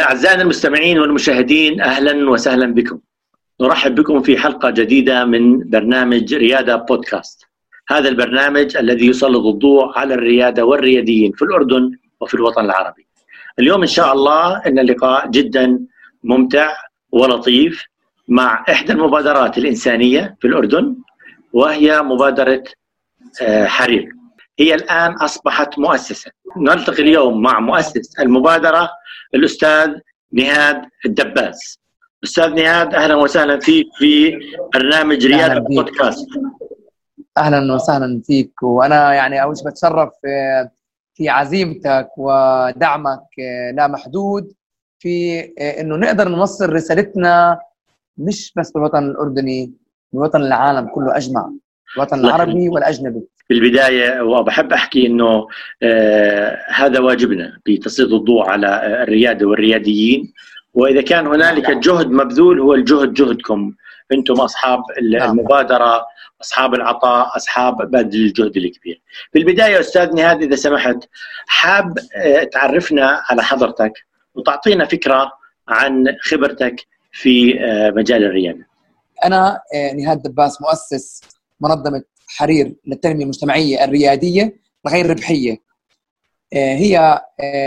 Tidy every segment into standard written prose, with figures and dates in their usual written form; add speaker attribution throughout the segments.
Speaker 1: أعزائنا المستمعين والمشاهدين، أهلا وسهلا بكم. نرحب بكم في حلقة جديدة من برنامج ريادة بودكاست. هذا البرنامج الذي يسلط الضوء على الريادة والرياديين في الأردن وفي الوطن العربي. اليوم إن شاء الله إن اللقاء جدا ممتع ولطيف مع إحدى المبادرات الإنسانية في الأردن، وهي مبادرة حرير. هي الآن أصبحت مؤسسة. نلتقي اليوم مع مؤسس المبادرة الأستاذ نهاد الدباس. أستاذ نهاد، أهلا وسهلا فيك في برنامج ريادة بودكاست.
Speaker 2: أهلا وسهلا فيك، وأنا يعني أول شيء بتشرف في عزيمتك ودعمك لا محدود في إنه نقدر نوصل رسالتنا مش بس بالوطن الأردني، بالوطن العالم كله أجمع، الوطن العربي والأجنبي.
Speaker 1: في البداية وبحب أحكي إنه هذا واجبنا بتسليط الضوء على الريادة والرياديين، وإذا كان هنالك جهد مبذول هو الجهد جهدكم أنتم أصحاب المبادرة، أصحاب العطاء، أصحاب بذل الجهد الكبير. في البداية أستاذ نهاد، إذا سمحت، حاب تعرفنا على حضرتك وتعطينا فكرة عن خبرتك في مجال الريادة.
Speaker 2: أنا نهاد دباس، مؤسس منظمة حرير للتنمية المجتمعية الريادية الغير ربحية. هي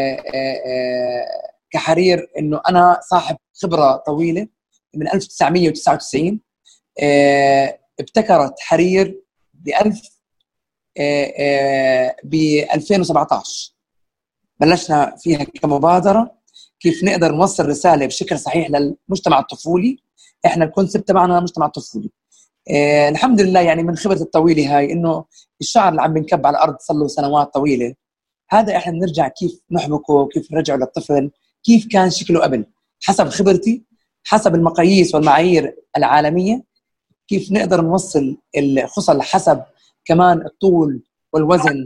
Speaker 2: كحرير إنه أنا صاحب خبرة طويلة من 1999. ابتكرت حرير ب 2017. بلشنا فيها كمبادرة كيف نقدر نوصل رسالة بشكل صحيح للمجتمع الطفولي. إحنا الكونسبت تبعنا المجتمع الطفولي. الحمد لله، يعني من خبرة الطويلة هاي إنه الشعر اللي عم بنكب على الأرض صار له سنوات طويلة، هذا إحنا بنرجع كيف نحبكه، كيف نرجعه للطفل، كيف كان شكله قبل حسب خبرتي، حسب المقاييس والمعايير العالمية، كيف نقدر نوصل الخصل حسب كمان الطول والوزن،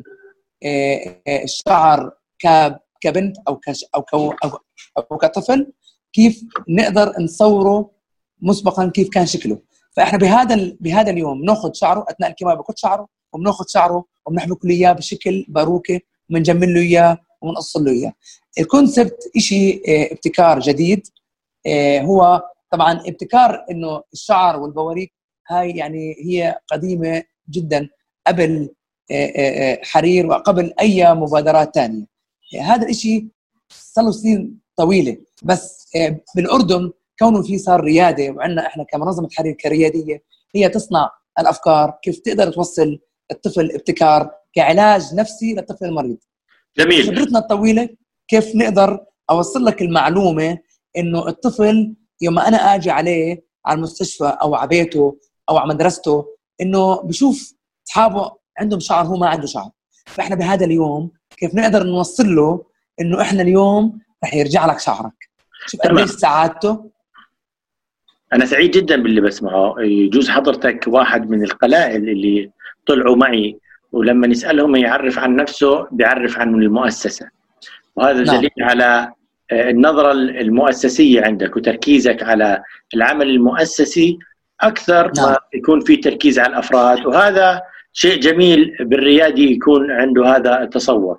Speaker 2: الشعر كبنت أو كطفل، كيف نقدر نصوره مسبقا كيف كان شكله. فاحنا بهذا اليوم ناخذ شعره اثناء الكمامه، بكت شعره وبناخذ شعره وبنحبك له اياه بشكل باروكه وبنجمل له اياه وبنقص له اياه. الكونسبت شيء ابتكار جديد. هو طبعا ابتكار انه الشعر والبواريك هاي يعني هي قديمه جدا قبل حرير وقبل اي مبادرات ثانيه. هذا الشيء صار له سنين طويله، بس بالاردن كونه في صار رياده، وعندنا احنا كمنظمه حرير كرياديه هي تصنع الافكار كيف تقدر توصل الطفل ابتكار كعلاج نفسي للطفل المريض.
Speaker 1: جميل.
Speaker 2: خبرتنا الطويله كيف نقدر اوصل لك المعلومه انه الطفل يوم انا اجي عليه على المستشفى او على بيته او على مدرسته انه بشوف اصحابه عندهم شعر هو ما عنده شعر. فاحنا بهذا اليوم كيف نقدر نوصل له انه احنا اليوم رح يرجع لك شعرك. شوف قديش سعادته.
Speaker 1: أنا سعيد جدا باللي بسمعه. يجوز حضرتك واحد من القلائل اللي طلعوا معي ولما نسألهم يعرف عن نفسه بيعرف عن المؤسسة، وهذا دليل على النظرة المؤسسية عندك وتركيزك على العمل المؤسسي أكثر ما يكون في تركيز على الأفراد، وهذا شيء جميل بالريادي يكون عنده هذا التصور.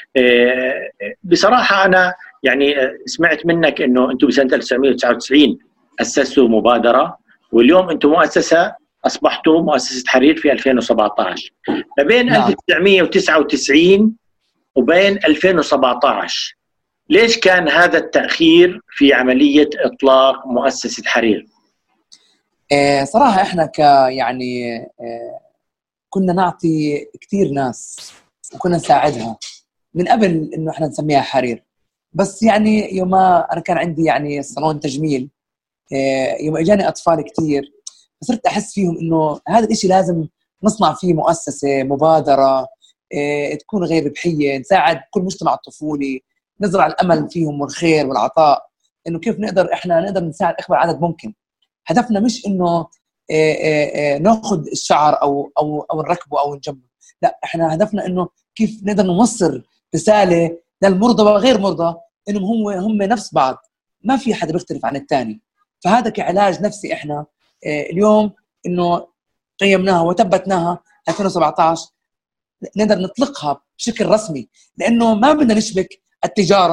Speaker 1: بصراحة أنا يعني سمعت منك أنه أنتم بسنة 1999 أسسوا مبادرة، واليوم أنتم مؤسسة، أصبحتوا مؤسسة حرير في 2017. ما بين 1999 وبين 2017 ليش كان هذا التأخير في عملية إطلاق مؤسسة حرير؟
Speaker 2: صراحة إحنا يعني كنا نعطي كتير ناس وكنا نساعدها من قبل إنه إحنا نسميها حرير، بس يعني يوم أنا كان عندي يعني صالون تجميل، يوم اجاني اطفال كتير صرت احس فيهم انه هذا الاشي لازم نصنع فيه مؤسسه مبادره تكون غير ربحيه، نساعد كل مجتمع الطفولي، نزرع الامل فيهم والخير والعطاء، انه كيف احنا نقدر نساعد اكبر عدد ممكن. هدفنا مش انه ناخذ الشعر او نركبه او نجمله، لا، احنا هدفنا انه كيف نقدر نوصل رساله للمرضى وغير مرضى انهم هم نفس بعض، ما في حدا بيختلف عن الثاني. فهذا كعلاج نفسي احنا اليوم انه قيمناها وثبتناها 2017 نقدر نطلقها بشكل رسمي، لانه ما بدنا نشبك التجاره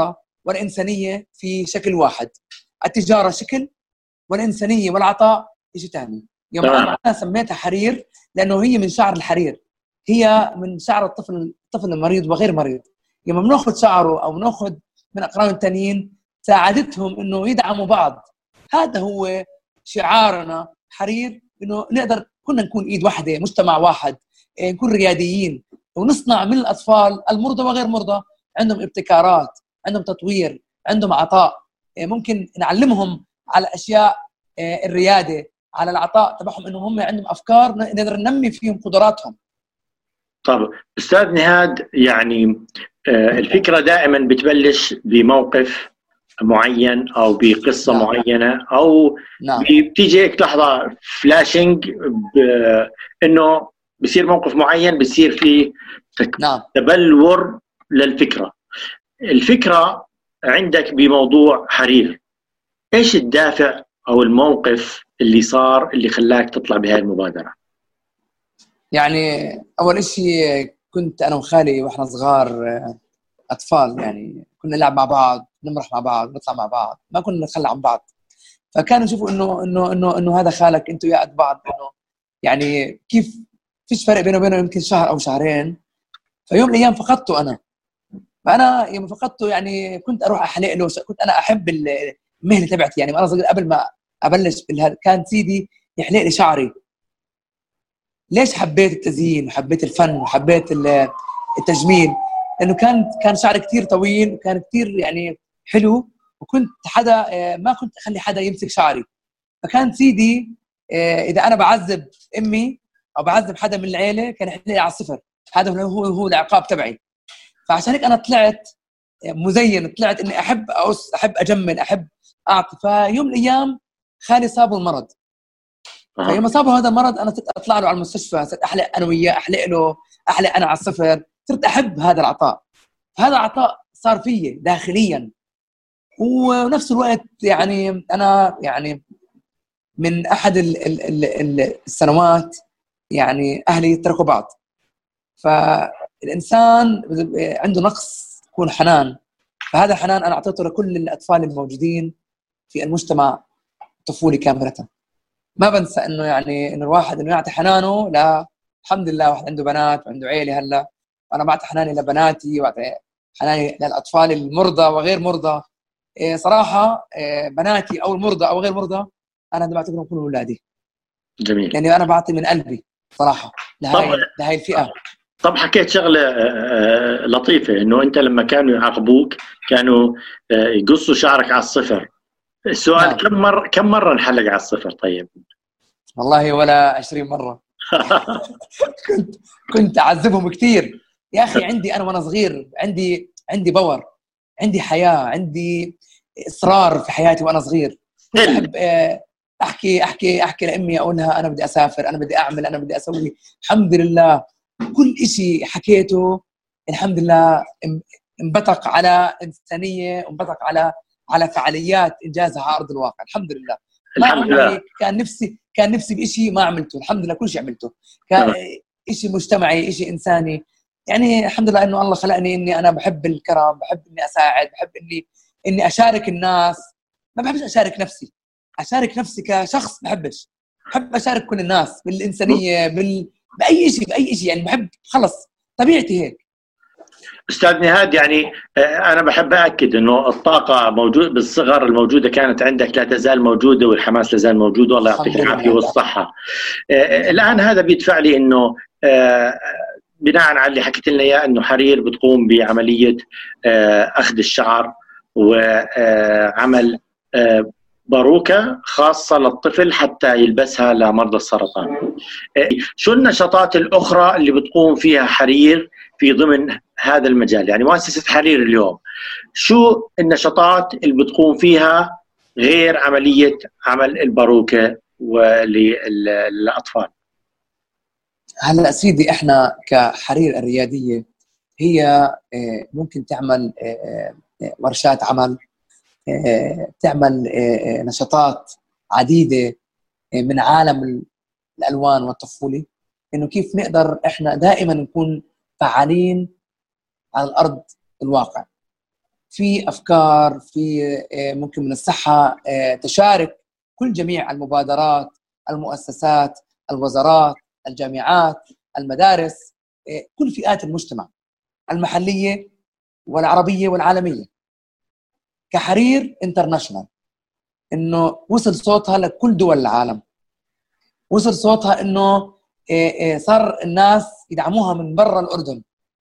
Speaker 2: والإنسانية في شكل واحد. التجارة شكل، والإنسانية والعطاء شيء ثاني. يوم أنا سميتها حرير لأنه هي من شعر الحرير، هي من شعر الطفل المريض وغير مريض. يوم بناخذ شعره أو بناخذ من أقران التانيين ساعدتهم إنه يدعموا بعض. هذا هو شعارنا حرير، إنه نقدر كنا نكون إيد واحدة، مجتمع واحد، نكون رياديين ونصنع من الأطفال المرضى وغير مرضى عندهم ابتكارات، عندهم تطوير، عندهم عطاء. ممكن نعلمهم على أشياء الريادة، على العطاء تبعهم، إنه هم عندهم أفكار نقدر ننمي فيهم قدراتهم.
Speaker 1: طب أستاذ نهاد، يعني الفكرة دائما بتبلش بموقف معين أو بقصة
Speaker 2: نعم.
Speaker 1: معينة، أو
Speaker 2: نعم.
Speaker 1: بتيجي هيك لحظة فلاشينج إنه بصير موقف معين، بصير فيه
Speaker 2: نعم.
Speaker 1: تبلور للفكرة. الفكرة عندك بموضوع حرير، إيش الدافع أو الموقف اللي صار اللي خلاك تطلع بهاي المبادرة؟
Speaker 2: يعني أول إشي كنت أنا وخالي وإحنا صغار أطفال، يعني كنا نلعب مع بعض، نمرح مع بعض، نطلع مع بعض، ما كنا نتخلى عن بعض. فكانوا يشوفوا إنه هذا خالك، أنتوا يا قد بعض، إنه يعني كيف فيش فرق بينه وبينه يمكن شهر أو شهرين. فيوم من الأيام فقدته أنا. فأنا يوم فقدته يعني كنت أروح أحلق له، كنت أنا أحب المهنة تبعتي. يعني أنا صغير قبل ما أبلش بالهذا كان سيدي يحلق لي شعري. ليش حبيت التزيين وحبيت الفن وحبيت التجميل؟ لأنه كان شعري كتير طويل وكان كتير يعني حلو، وكنت ما كنت أخلي حدا يمسك شعري. فكان سيدي إذا أنا بعذب أمي أو بعذب حدا من العيلة كان يحلق لي على الصفر. هذا هو العقاب تبعي. فعشان هيك أنا طلعت مزين، طلعت إني أحب أقص، أحب أجمل، أحب أعطي. فيوم من الأيام خالي صابه المرض. فيوم صابه هذا المرض أنا صرت أطلع له على المستشفى، صرت أحلق أنا وياه، أحلق له، أحلق أنا على الصفر. صرت أحب هذا العطاء. هذا العطاء صار فيي داخليا. ونفس الوقت يعني أنا يعني من أحد السنوات يعني أهلي تركوا بعض. فالإنسان عنده نقص يكون حنان. فهذا الحنان أنا أعطيته لكل الأطفال الموجودين في المجتمع الطفولي كاملة. ما بنسى إنه يعني إنه الواحد إنه يعطي حنانه. لا، الحمد لله واحد عنده بنات وعنده عيلة هلا، وأنا بعطي حناني لبناتي وأعطي حناني للأطفال المرضى وغير مرضى. صراحة بناتي أو المرضى أو غير مرضى أنا بعتبرهم كلهم أولادي.
Speaker 1: جميل.
Speaker 2: يعني أنا بعطي من قلبي صراحة لهاي الفئة.
Speaker 1: طب حكيت شغلة لطيفة، إنه أنت لما كانوا يعاقبوك كانوا يقصوا شعرك على الصفر. السؤال نعم. كم مرة انحلق على الصفر؟ طيب
Speaker 2: والله ولا 20 مرة. كنت أعذبهم كثير يا أخي. عندي أنا وأنا صغير عندي باور، عندي حياة، عندي إصرار في حياتي. وأنا صغير كنت أحب أحكي لأمي، أقول لها أنا بدي أسافر، أنا بدي أعمل، أنا بدي أسوي. الحمد لله كل إشي حكيته الحمد لله انبثق على إنسانية، وانبثق على فعاليات إنجازها على أرض الواقع. الحمد لله. ما عمري كان نفسي بإشي ما عملته. الحمد لله كل شيء عملته. كان إشي مجتمعي، إشي إنساني. يعني الحمد لله إنه الله خلقني إني أنا بحب الكرم، بحب إني أساعد، بحب إني أشارك الناس. ما بحبش أشارك نفسي كشخص. بحب أشارك كل الناس بالإنسانية، بأي شيء يعني بحب. خلص طبيعتي هيك.
Speaker 1: أستاذ نهاد، يعني أنا بحب أكد إنه الطاقة موجود بالصغر الموجودة كانت عندك لا تزال موجودة، والحماس لا زال موجود، والله يعطيك العافية والصحة. الآن هذا بيدفع لي إنه بناء على اللي حكيت لنا إياه إنه حرير بتقوم بعملية أخذ الشعر وعمل باروكة خاصة للطفل حتى يلبسها لمرضى السرطان. شو النشاطات الأخرى اللي بتقوم فيها حرير في ضمن هذا المجال؟ يعني مؤسسة حرير اليوم شو النشاطات اللي بتقوم فيها غير عملية عمل الباروكة للأطفال؟
Speaker 2: هلأ سيدي إحنا كحرير الريادية هي ممكن تعمل ورشات عمل، تعمل نشاطات عديدة من عالم الألوان والطفولة. إنه كيف نقدر إحنا دائما نكون فعالين على الأرض الواقع. في افكار، في ممكن من الصحه تشارك كل جميع المبادرات، المؤسسات، الوزارات، الجامعات، المدارس، كل فئات المجتمع المحليه والعربيه والعالميه. كحرير انترناشونال انه وصل صوتها لكل دول العالم، وصل صوتها انه صار الناس يدعموها من برا الاردن،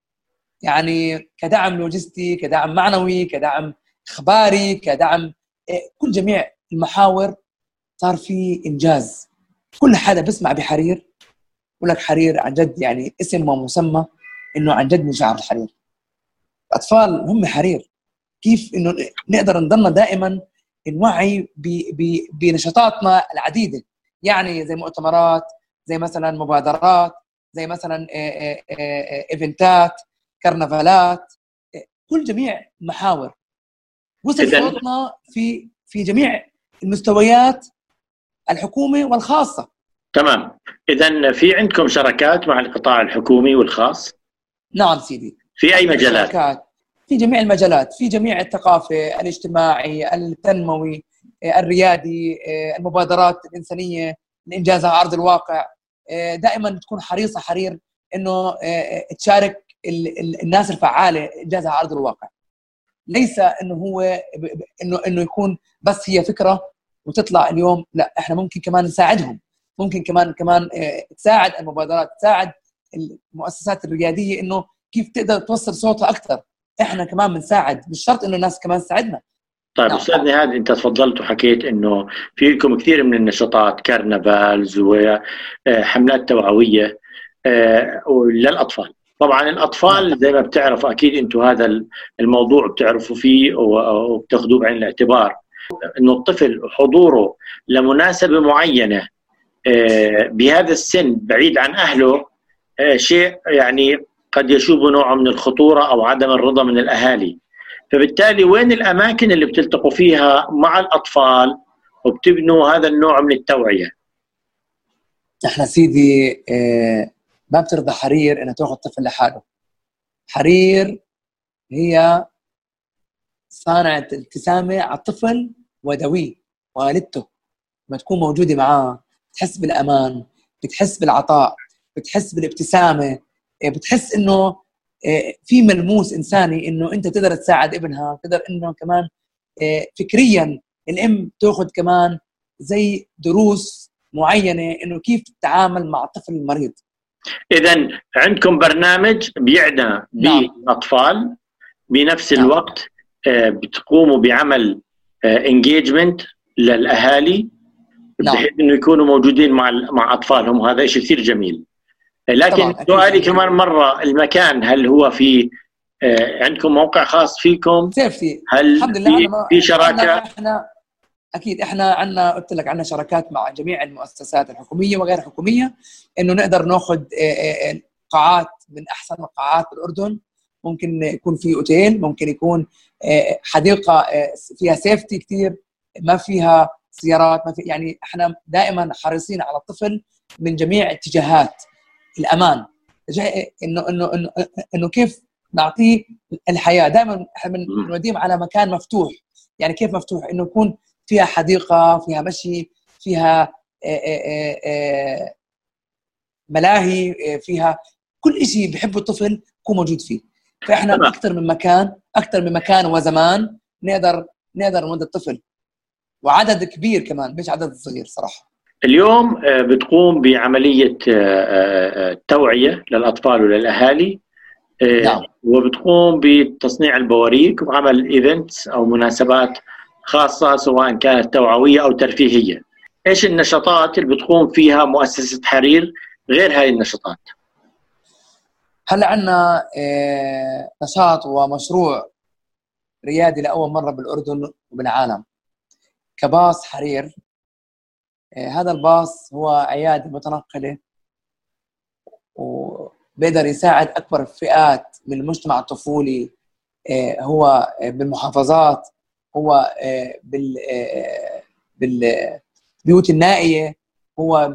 Speaker 2: يعني كدعم لوجستي، كدعم معنوي، كدعم اخباري، كدعم كل جميع المحاور. صار في انجاز. كل حدا بسمع بحرير يقول لك حرير عن جد، يعني اسم ومسمى انه عن جد من شعب الحرير. الاطفال هم حرير. كيف انه نقدر نضلنا دائما نوعي بنشاطاتنا العديده، يعني زي مؤتمرات، زي مثلا مبادرات، زي مثلا ايفنتات، كرنفالات، كل جميع محاور. وصل صوتنا في جميع المستويات، الحكومه والخاصه.
Speaker 1: تمام. إذن في عندكم شراكات مع القطاع الحكومي والخاص؟
Speaker 2: نعم سيدي.
Speaker 1: في أي مجالات؟
Speaker 2: شراكات في جميع المجالات، في جميع الثقافة، الاجتماعي، التنموي، الريادي، المبادرات الإنسانية لإنجازها على أرض الواقع. دائما تكون حريصة حرير إنه تشارك الناس الفعالة إنجازها على أرض الواقع. ليس إنه هو إنه يكون بس هي فكرة وتطلع اليوم، لا، إحنا ممكن كمان نساعدهم، ممكن كمان تساعد المبادرات، تساعد المؤسسات الريادية إنه كيف تقدر توصل صوتها أكثر. إحنا كمان بنساعد، مش شرط إنه الناس كمان تساعدنا.
Speaker 1: طيب أستاذ نهاد، أنت تفضلت وحكيت إنه في لكم كثير من النشاطات، كارنفالز وحملات توعوية للأطفال. طبعا الأطفال زي ما بتعرفوا أكيد أنتم هذا الموضوع بتعرفوا فيه وبتاخذوه بعين الاعتبار، إنه الطفل حضوره لمناسبة معينة بهذا السن بعيد عن أهله شيء يعني قد يشوب نوع من الخطورة أو عدم الرضا من الأهالي. فبالتالي وين الأماكن اللي بتلتقوا فيها مع الأطفال وبتبنوا هذا النوع من التوعية؟
Speaker 2: احنا سيدي ما بترضى حرير انها تاخذ طفل لحاله. حرير هي صانعة الابتسامة على الطفل ودويه والدته، ما تكون موجودة معاه بتحس بالأمان، بتحس بالعطاء، بتحس بالابتسامة، بتحس إنه في ملموس إنساني، إنه أنت تقدر تساعد ابنها، تقدر إنه كمان فكريا الأم تأخذ كمان زي دروس معينة إنه كيف تتعامل مع الطفل المريض.
Speaker 1: إذن عندكم برنامج بيعنى بالأطفال، بنفس الوقت بتقوموا بعمل engagement للأهالي بحيث إنه يكونوا موجودين مع أطفالهم، وهذا شيء كثير جميل. لكن سؤالي كمان مرة، المكان هل هو في عندكم موقع خاص فيكم؟ هل
Speaker 2: الحمد لله
Speaker 1: في شراكة؟
Speaker 2: احنا عندنا، قلت لك عندنا شراكات مع جميع المؤسسات الحكوميه وغير الحكوميه، انه نقدر ناخذ قاعات من احسن القاعات بالاردن. ممكن يكون في اوتيل، ممكن يكون حديقه فيها سيفتي كثير، ما فيها سيارات، ما في، يعني احنا دائما حريصين على الطفل من جميع اتجاهات الامان، انه كيف نعطيه الحياه. دائما احنا بنوديهم على مكان مفتوح. يعني كيف مفتوح؟ انه يكون فيها حديقه، فيها مشي، فيها ملاهي، فيها كل شيء بحبه الطفل يكون موجود فيه. فاحنا اكثر من مكان وزمان نقدر نودي الطفل، وعدد كبير كمان، مش عدد صغير صراحه.
Speaker 1: اليوم بتقوم بعمليه توعيه للاطفال وللاهالي.
Speaker 2: نعم.
Speaker 1: وبتقوم بتصنيع البواريك وعمل ايفنتس او مناسبات خاصه، سواء كانت توعويه او ترفيهيه. ايش النشاطات اللي بتقوم فيها مؤسسه حرير غير هاي النشاطات؟
Speaker 2: هلا عندنا نشاط ومشروع ريادي لاول مره بالاردن وبالعالم، كباص حرير. هذا الباص هو عياده متنقله، وبيقدر يساعد اكبر الفئات من المجتمع الطفولي. هو بالمحافظات، هو بالبيوت النائيه، هو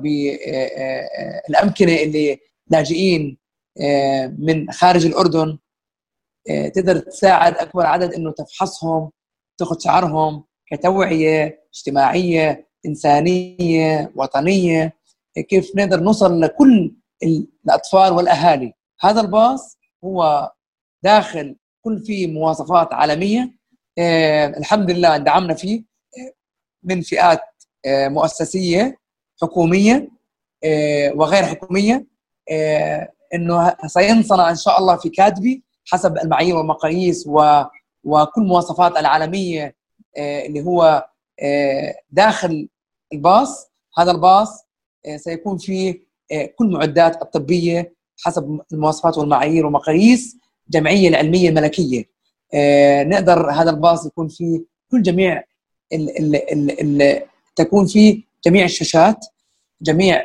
Speaker 2: بالامكنه اللي لاجئين من خارج الاردن. تقدر تساعد اكبر عدد انه تفحصهم، تاخذ شعرهم كتوعيه اجتماعيه انسانيه وطنيه، كيف نقدر نوصل لكل الاطفال والاهالي. هذا الباص هو داخل كل فيه مواصفات عالميه، الحمد لله دعمنا فيه من فئات مؤسسيه حكوميه وغير حكوميه، انه سينصنع ان شاء الله في كادبي حسب المعايير والمقاييس وكل مواصفات العالميه اللي هو داخل الباص. هذا الباص سيكون فيه كل معدات الطبيه حسب المواصفات والمعايير والمقاييس الجمعيه العلميه الملكيه. نقدر هذا الباص يكون فيه كل جميع تكون فيه جميع الشاشات، جميع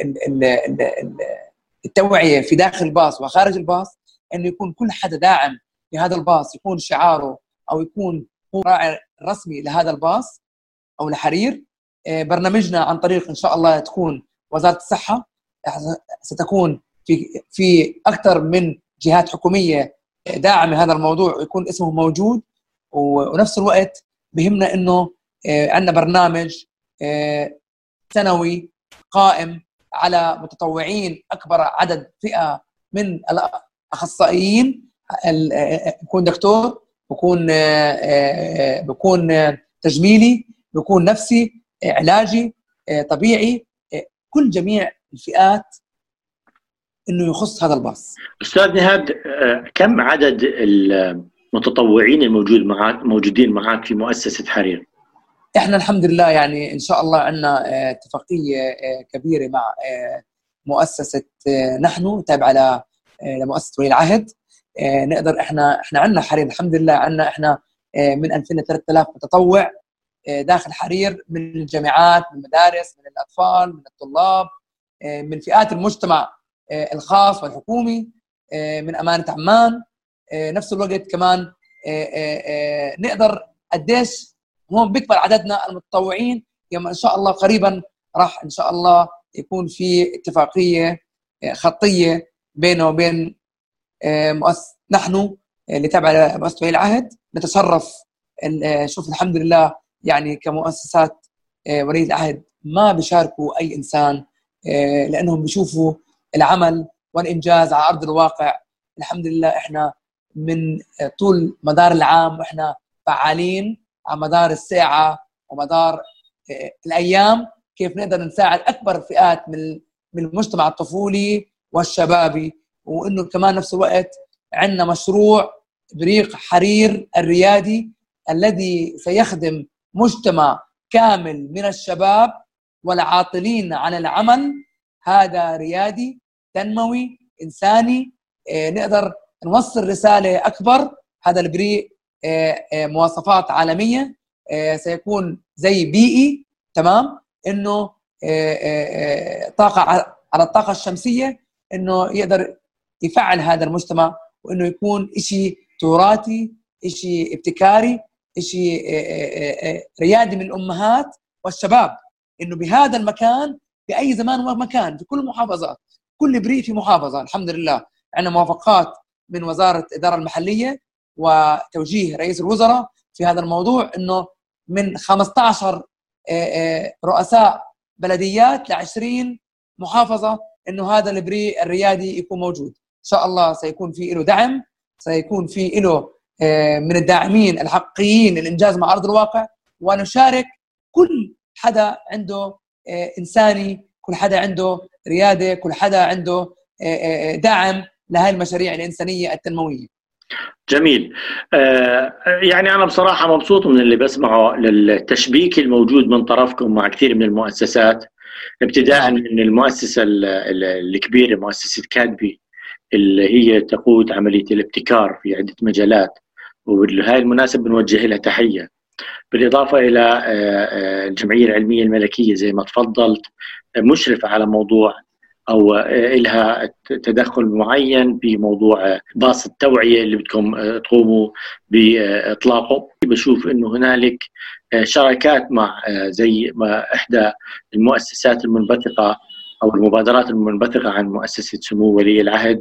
Speaker 2: التوعيه في داخل الباص وخارج الباص، انه يكون كل حدا داعم لهذا الباص يكون شعاره او يكون هو راعي رسمي لهذا الباص او لحرير. برنامجنا عن طريق ان شاء الله تكون وزاره الصحه، ستكون في اكثر من جهات حكوميه داعمه هذا الموضوع يكون اسمه موجود. ونفس الوقت بهمنا انه عندنا برنامج سنوي قائم على متطوعين، اكبر عدد فئه من الاخصائيين، بكون دكتور، بكون تجميلي، بكون نفسي، علاجي، طبيعي، كل جميع الفئات انه يخص هذا الباص.
Speaker 1: استاذ نهاد، كم عدد المتطوعين موجودين معك في مؤسسه حرير؟
Speaker 2: احنا الحمد لله يعني ان شاء الله عندنا اتفاقيه كبيره مع مؤسسه نحن تابعه لمؤسسه ولي العهد. نقدر احنا عندنا حرير الحمد لله، عندنا احنا من 2000 ل 3000 متطوع داخل حرير، من الجامعات، من المدارس، من الاطفال، من الطلاب، من فئات المجتمع الخاص والحكومي، من امانه عمان. نفس الوقت كمان نقدر قديش هون بيكبر عددنا المتطوعين يوم ان شاء الله قريبا راح ان شاء الله يكون في اتفاقيه خطيه بينه وبين نحن اللي تابع مؤسسه ولي العهد. نتشرف شوف الحمد لله يعني كمؤسسات ولي العهد ما بيشاركوا اي انسان، لانهم بيشوفوا العمل والانجاز على ارض الواقع. الحمد لله احنا من طول مدار العام واحنا فعالين على مدار الساعه ومدار الايام، كيف نقدر نساعد اكبر فئات من المجتمع الطفولي والشبابي. وانه كمان نفس الوقت عندنا مشروع بريق حرير الريادي الذي سيخدم مجتمع كامل من الشباب والعاطلين عن العمل. هذا ريادي تنموي انساني، نقدر نوصل رساله اكبر. هذا البريق مواصفات عالميه، سيكون زي بيئي تمام، انه طاقه على الطاقه الشمسيه، انه يقدر يفعل هذا المجتمع، وانه يكون شيء تراثي، شيء ابتكاري، شيء ريادي من الامهات والشباب. انه بهذا المكان في اي زمان ومكان في كل المحافظات، كل بريء في محافظه الحمد لله عندنا موافقات من وزاره الاداره المحليه وتوجيه رئيس الوزراء في هذا الموضوع، انه من 15 رؤساء بلديات ل 20 محافظه انه هذا البريء الريادي يكون موجود. ان شاء الله سيكون في له دعم، سيكون في له من الداعمين الحقيقيين للانجاز مع ارض الواقع، ونشارك كل حدا عنده انساني، كل حدا عنده رياده، كل حدا عنده دعم لهذه المشاريع الانسانيه التنمويه.
Speaker 1: جميل. يعني أنا بصراحة مبسوط من اللي بسمعه للتشبيك الموجود من طرفكم مع كثير من المؤسسات، ابتداء من المؤسسة الكبيرة مؤسسة كادبي اللي هي تقود عملية الابتكار في عدة مجالات، وبهاي المناسبة بنوجه لها تحية، بالإضافة إلى الجمعية العلمية الملكية زي ما تفضلت مشرفة على موضوع أو إلها تدخل معين بموضوع باص التوعية اللي بدكم تقوموا بإطلاقه. بشوف إنه هنالك شراكات مع زي ما إحدى المؤسسات المنبثقة أو المبادرات المنبثقة عن مؤسسة سمو ولي العهد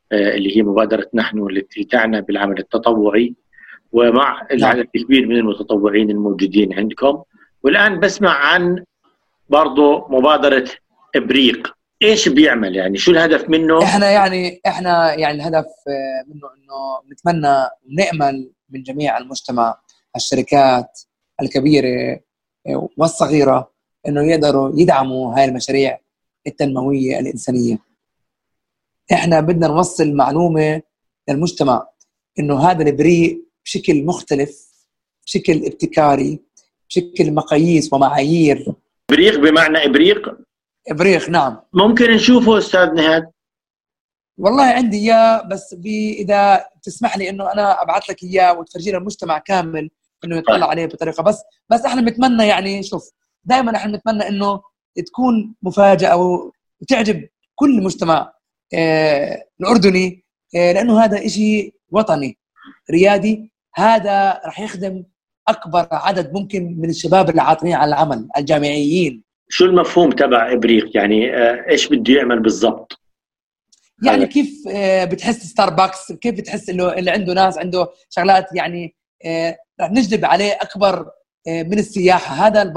Speaker 1: اللي هي مبادرة نحن والتي تعنى بالعمل التطوعي، ومع العدد الكبير من المتطوعين الموجودين عندكم. والآن بسمع عن برضو مبادرة إبريق، إيش بيعمل يعني؟ شو الهدف منه؟
Speaker 2: احنا يعني الهدف منه انه نتمنى ونأمل من جميع المجتمع، الشركات الكبيرة والصغيرة، انه يقدروا يدعموا هاي المشاريع التنموية الإنسانية. احنا بدنا نوصل معلومة للمجتمع انه هذا الإبريق بشكل مختلف، بشكل ابتكاري، بشكل مقاييس ومعايير.
Speaker 1: إبريق بمعنى إبريق،
Speaker 2: نعم.
Speaker 1: ممكن نشوفه أستاذ نهاد؟
Speaker 2: والله عندي إياه، بس إذا تسمح لي إنه أنا أبعث لك إياه وتفرجي للمجتمع كامل إنه يطلع عليه بطريقة. بس إحنا بنتمنى يعني، شوف، دائما إحنا بنتمنى إنه تكون مفاجأة وتعجب كل مجتمع الأردني، لأنه هذا إشي وطني ريادي، هذا رح يخدم أكبر عدد ممكن من الشباب اللي عاطلين على العمل، الجامعيين.
Speaker 1: شو المفهوم تبع إبريق يعني؟ إيش بده يعمل بالضبط؟
Speaker 2: يعني كيف بتحس ستاربكس، كيف بتحس انه اللي عنده ناس عنده شغلات يعني رح نجلب عليه اكبر من السياحه. هذا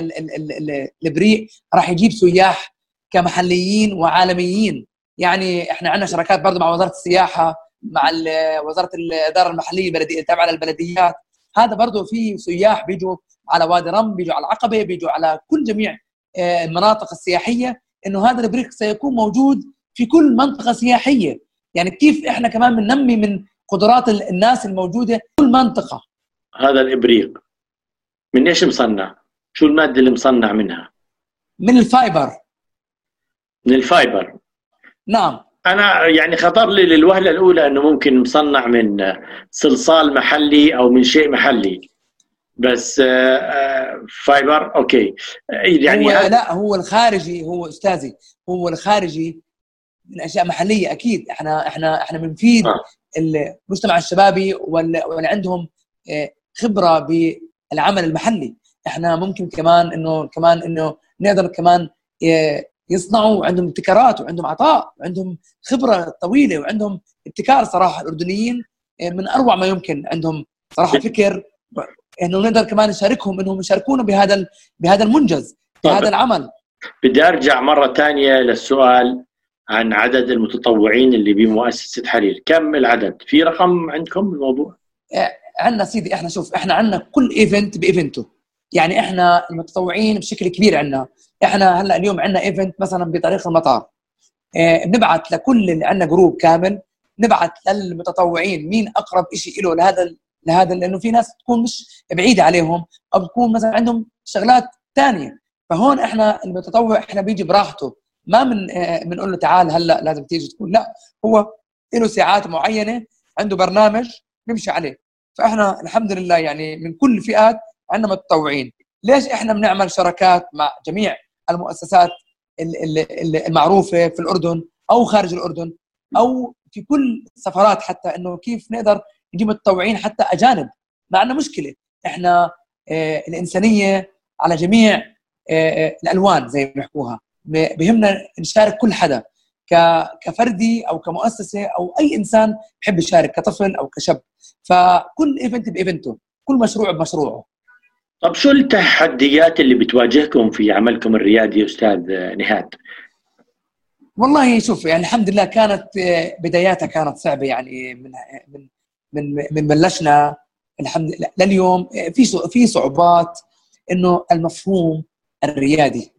Speaker 2: الإبريق راح يجيب سياح كمحليين وعالميين. يعني احنا عندنا شراكات برضه مع وزاره السياحه، مع وزاره الاداره المحليه البلديه تابعه للبلديات. هذا برضه في سياح بيجوا على وادي رم، بيجوا على العقبه، بيجوا على كل جميع المناطق السياحيه. انه هذا الإبريق سيكون موجود في كل منطقة سياحية. يعني كيف إحنا كمان بننمي من قدرات الناس الموجودة في كل منطقة.
Speaker 1: هذا الإبريق من إيش مصنع؟ شو المادة اللي مصنع منها؟
Speaker 2: من الفايبر.
Speaker 1: من الفايبر،
Speaker 2: نعم.
Speaker 1: أنا يعني خطر لي للوهلة الأولى أنه ممكن مصنع من صلصال محلي أو من شيء محلي، بس فايبر أوكي. يعني
Speaker 2: لا، هو الخارجي، هو أستاذي، هو الخارجي من أشياء محلية. أكيد إحنا بنفيد المجتمع الشبابي واللي عندهم خبرة بالعمل المحلي. إحنا ممكن كمان إنه نقدر كمان يصنعوا، عندهم ابتكارات وعندهم عطاء وعندهم خبرة طويلة وعندهم ابتكار. صراحة الأردنيين من أروع ما يمكن، عندهم صراحة فكر إنه نقدر كمان نشاركهم، إنهم يشاركونا بهذا المنجز، بهذا العمل.
Speaker 1: بدي أرجع مرة تانية للسؤال عن عدد المتطوعين اللي بمؤسسة حرير. كم العدد؟ في رقم عندكم بالموضوع؟
Speaker 2: عندنا سيدي، احنا شوف، احنا عندنا كل ايفنت بايفنته. يعني احنا المتطوعين بشكل كبير عندنا. احنا هلا اليوم عندنا ايفنت مثلا بطريق المطار، بنبعث لكل اللي عندنا جروب كامل، نبعث للمتطوعين مين اقرب شيء له لهذا لانه في ناس تكون مش بعيده عليهم، او بتكون مثلا عندهم شغلات ثانيه. فهون احنا المتطوع احنا بيجي براحته، ما بنقول له تعال هلا لازم تيجي تكون، لا، هو له ساعات معينه، عنده برنامج بيمشي عليه. فاحنا الحمد لله يعني من كل الفئات عندنا متطوعين. ليش احنا بنعمل شراكات مع جميع المؤسسات المعروفه في الاردن او خارج الاردن او في كل سفرات، حتى انه كيف نقدر نجيب متطوعين حتى اجانب. ما عندنا مشكله، احنا الانسانيه على جميع الالوان زي ما بيحكوها. بهمنا نشارك كل حدا، كفردي او كمؤسسه او اي انسان بحب يشارك، كطفل او كشاب. فكل ايفنت بايفنته، كل مشروع بمشروعه.
Speaker 1: طب شو التحديات اللي بتواجهكم في عملكم الريادي أستاذ نهاد؟
Speaker 2: والله شوف، يعني الحمد لله كانت بداياتها كانت صعبه. يعني من بلشنا الحمد لله لليوم في صعوبات، انه المفهوم الريادي.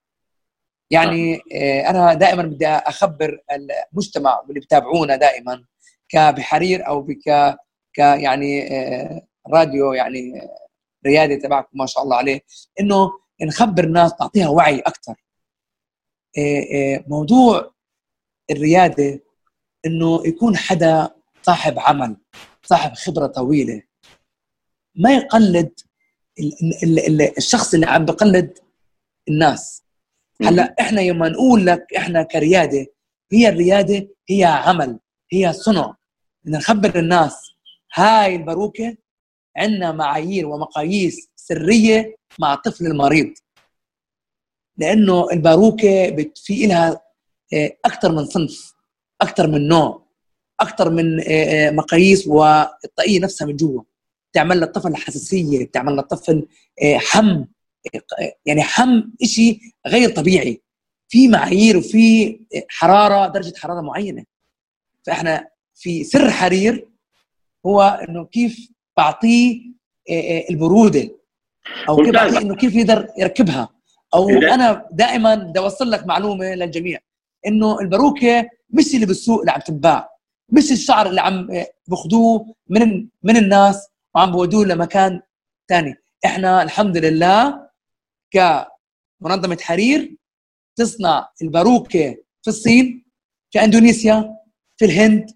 Speaker 2: يعني انا دائما بدي اخبر المجتمع واللي بتابعونا دائما كبحرير او يعني راديو يعني ريادي تبعكم ما شاء الله عليه، انه نخبر الناس، نعطيها وعي اكثر. موضوع الرياده انه يكون حدا صاحب عمل، صاحب خبره طويله، ما يقلد الشخص اللي عم بقلد الناس. هلا احنا يوم نقول لك احنا كرياده، هي الرياده هي عمل، هي صنع. بدنا نخبر الناس هاي الباروكه عندنا معايير ومقاييس سريه مع الطفل المريض، لانه الباروكه في لها اكثر من صنف، اكثر من نوع. اكثر من مقاييس، والطاقيه نفسها من جوا بتعمل للطفل حساسيه، بتعمل للطفل حم، يعني حم شيء غير طبيعي، في معايير وفي حراره، درجه حراره معينه. فاحنا في سر حرير هو انه كيف بعطيه البروده، او كيف بعطيه انه كيف يقدر يركبها. او انا دائما بدي اوصل لك معلومه للجميع، انه الباروكه مش اللي بالسوق اللي عم تنباع، مش الشعر اللي عم باخذوه من الناس وعم بودوه لمكان ثاني. احنا الحمد لله كمنظمه حرير تصنع الباروكه في الصين، في اندونيسيا، في الهند،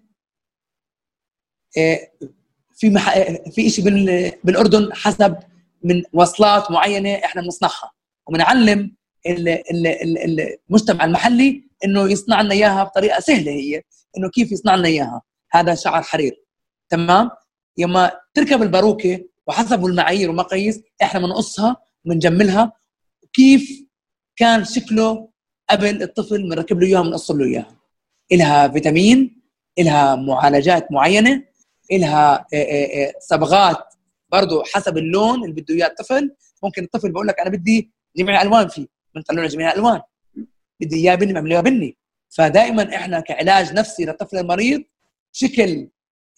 Speaker 2: في شيء بالاردن، حسب من وصلات معينه احنا بنصنعها، وبنعلم المجتمع المحلي انه يصنع لنا اياها بطريقه سهله، هي انه كيف يصنع لنا اياها. هذا شعر حرير، تمام. يوم تركب الباروكه وحسب المعايير ومقاييس احنا بنقصها وبنجملها، كيف كان شكله قبل الطفل بنركب له اياها بنقص له اياها. إلها فيتامين، إلها معالجات معينه، إلها صبغات برضو حسب اللون اللي بده اياه الطفل. ممكن الطفل بقول لك انا بدي جميع الالوان فيه، بنطلع له جميع الالوان، بدي اياه بني بنعمل له بني. فدائما احنا كعلاج نفسي للطفل المريض بشكل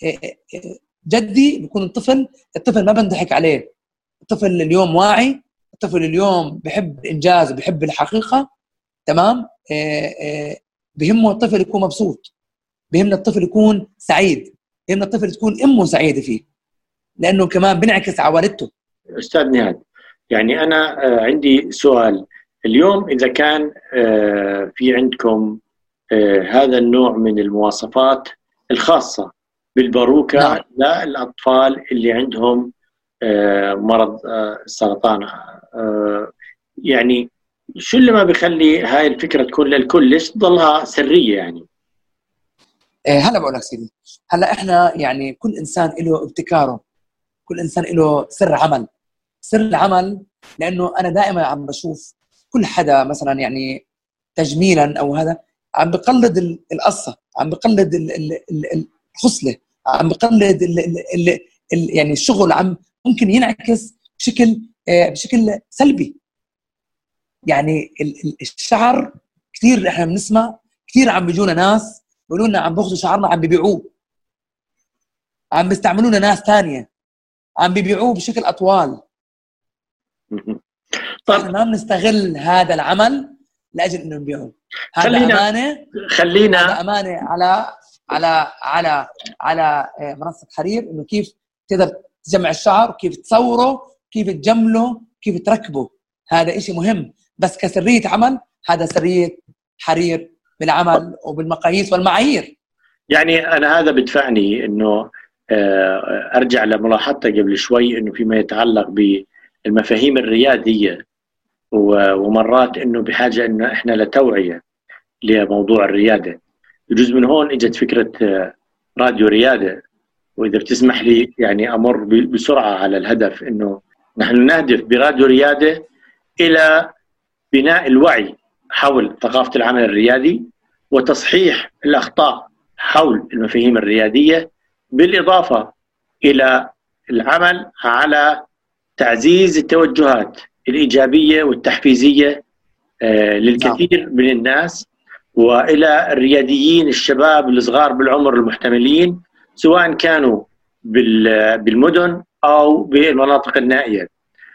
Speaker 2: جدي بيكون الطفل ما بنضحك عليه. الطفل اليوم واعي، الطفل اليوم بحب الانجاز وبحب الحقيقه، تمام. بهمه الطفل يكون مبسوط، بهمنا الطفل يكون سعيد، بهمنا الطفل تكون امه سعيده فيه، لانه كمان بنعكس على والدته.
Speaker 1: استاذ نهاد، يعني انا عندي سؤال. اليوم اذا كان في عندكم هذا النوع من المواصفات الخاصه بالباروكه، نعم، للاطفال اللي عندهم مرض السرطان، يعني شو اللي ما بيخلي هاي الفكره تكون للكل؟ ليش تضلها سريه يعني؟
Speaker 2: هلا بقول لك سيدي، هلا احنا يعني كل انسان له ابتكاره، كل انسان له سر عمل. سر العمل لانه انا دائما عم بشوف كل حدا مثلا يعني تجميلا او هذا عم بقلد القصه، عم بقلد الخصله، عم بقلد يعني الشغل عم ممكن ينعكس بشكل سلبي. يعني الشعر كثير احنا بنسمع، كثير عم بيجونا ناس بيقولوا لنا عم باخذوا شعرنا عم بيبيعوه، عم بيستعملونا ناس ثانيه عم بيبيعوه بشكل اطوال. احنا ما بنستغل هذا العمل لاجل انه نبيعه. هذا خلينا هذا امانه على منصه حرير، انه كيف تقدر تجمع الشعر، كيف تصوره، كيف تجمله، كيف تركبه. هذا إشي مهم، بس كسريه عمل هذا سريه حرير بالعمل وبالمقاييس والمعايير.
Speaker 1: يعني انا هذا بدفعني انه ارجع لملاحظتي قبل شوي، انه فيما يتعلق بالمفاهيم الرياديه، ومرات انه بحاجه انه احنا لتوعيه لموضوع الرياده. يجوز من هون اجت فكره راديو رياده. واذا بتسمح لي يعني امر بسرعه على الهدف، انه نحن نهدف براديو رياده الى بناء الوعي حول ثقافه العمل الريادي، وتصحيح الاخطاء حول المفاهيم الرياديه، بالاضافه الى العمل على تعزيز التوجهات الإيجابية والتحفيزية للكثير من الناس، وإلى الرياديين الشباب الصغار بالعمر المحتملين، سواء كانوا بالمدن أو بالمناطق النائية.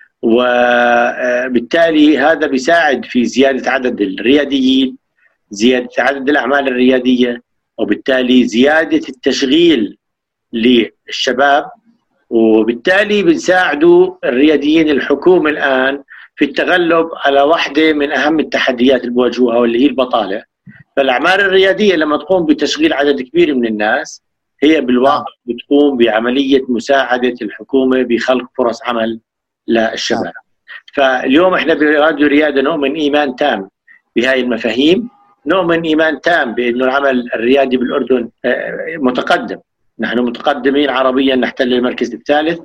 Speaker 1: وبالتالي هذا بيساعد في زيادة عدد الرياديين، زيادة عدد الأعمال الريادية، وبالتالي زيادة التشغيل للشباب، وبالتالي بنساعدوا الرياديين الحكومة الآن في التغلب على واحدة من أهم التحديات اللي بواجهوها، واللي هي البطالة. فالأعمال الريادية لما تقوم بتشغيل عدد كبير من الناس، هي بالواقع بتقوم بعملية مساعدة الحكومة بخلق فرص عمل للشباب. فاليوم احنا براديو ريادة نؤمن إيمان تام بهاي المفاهيم، نؤمن إيمان تام بأنه العمل الريادي بالأردن متقدم. نحن متقدمين عربيا، نحتل المركز الثالث.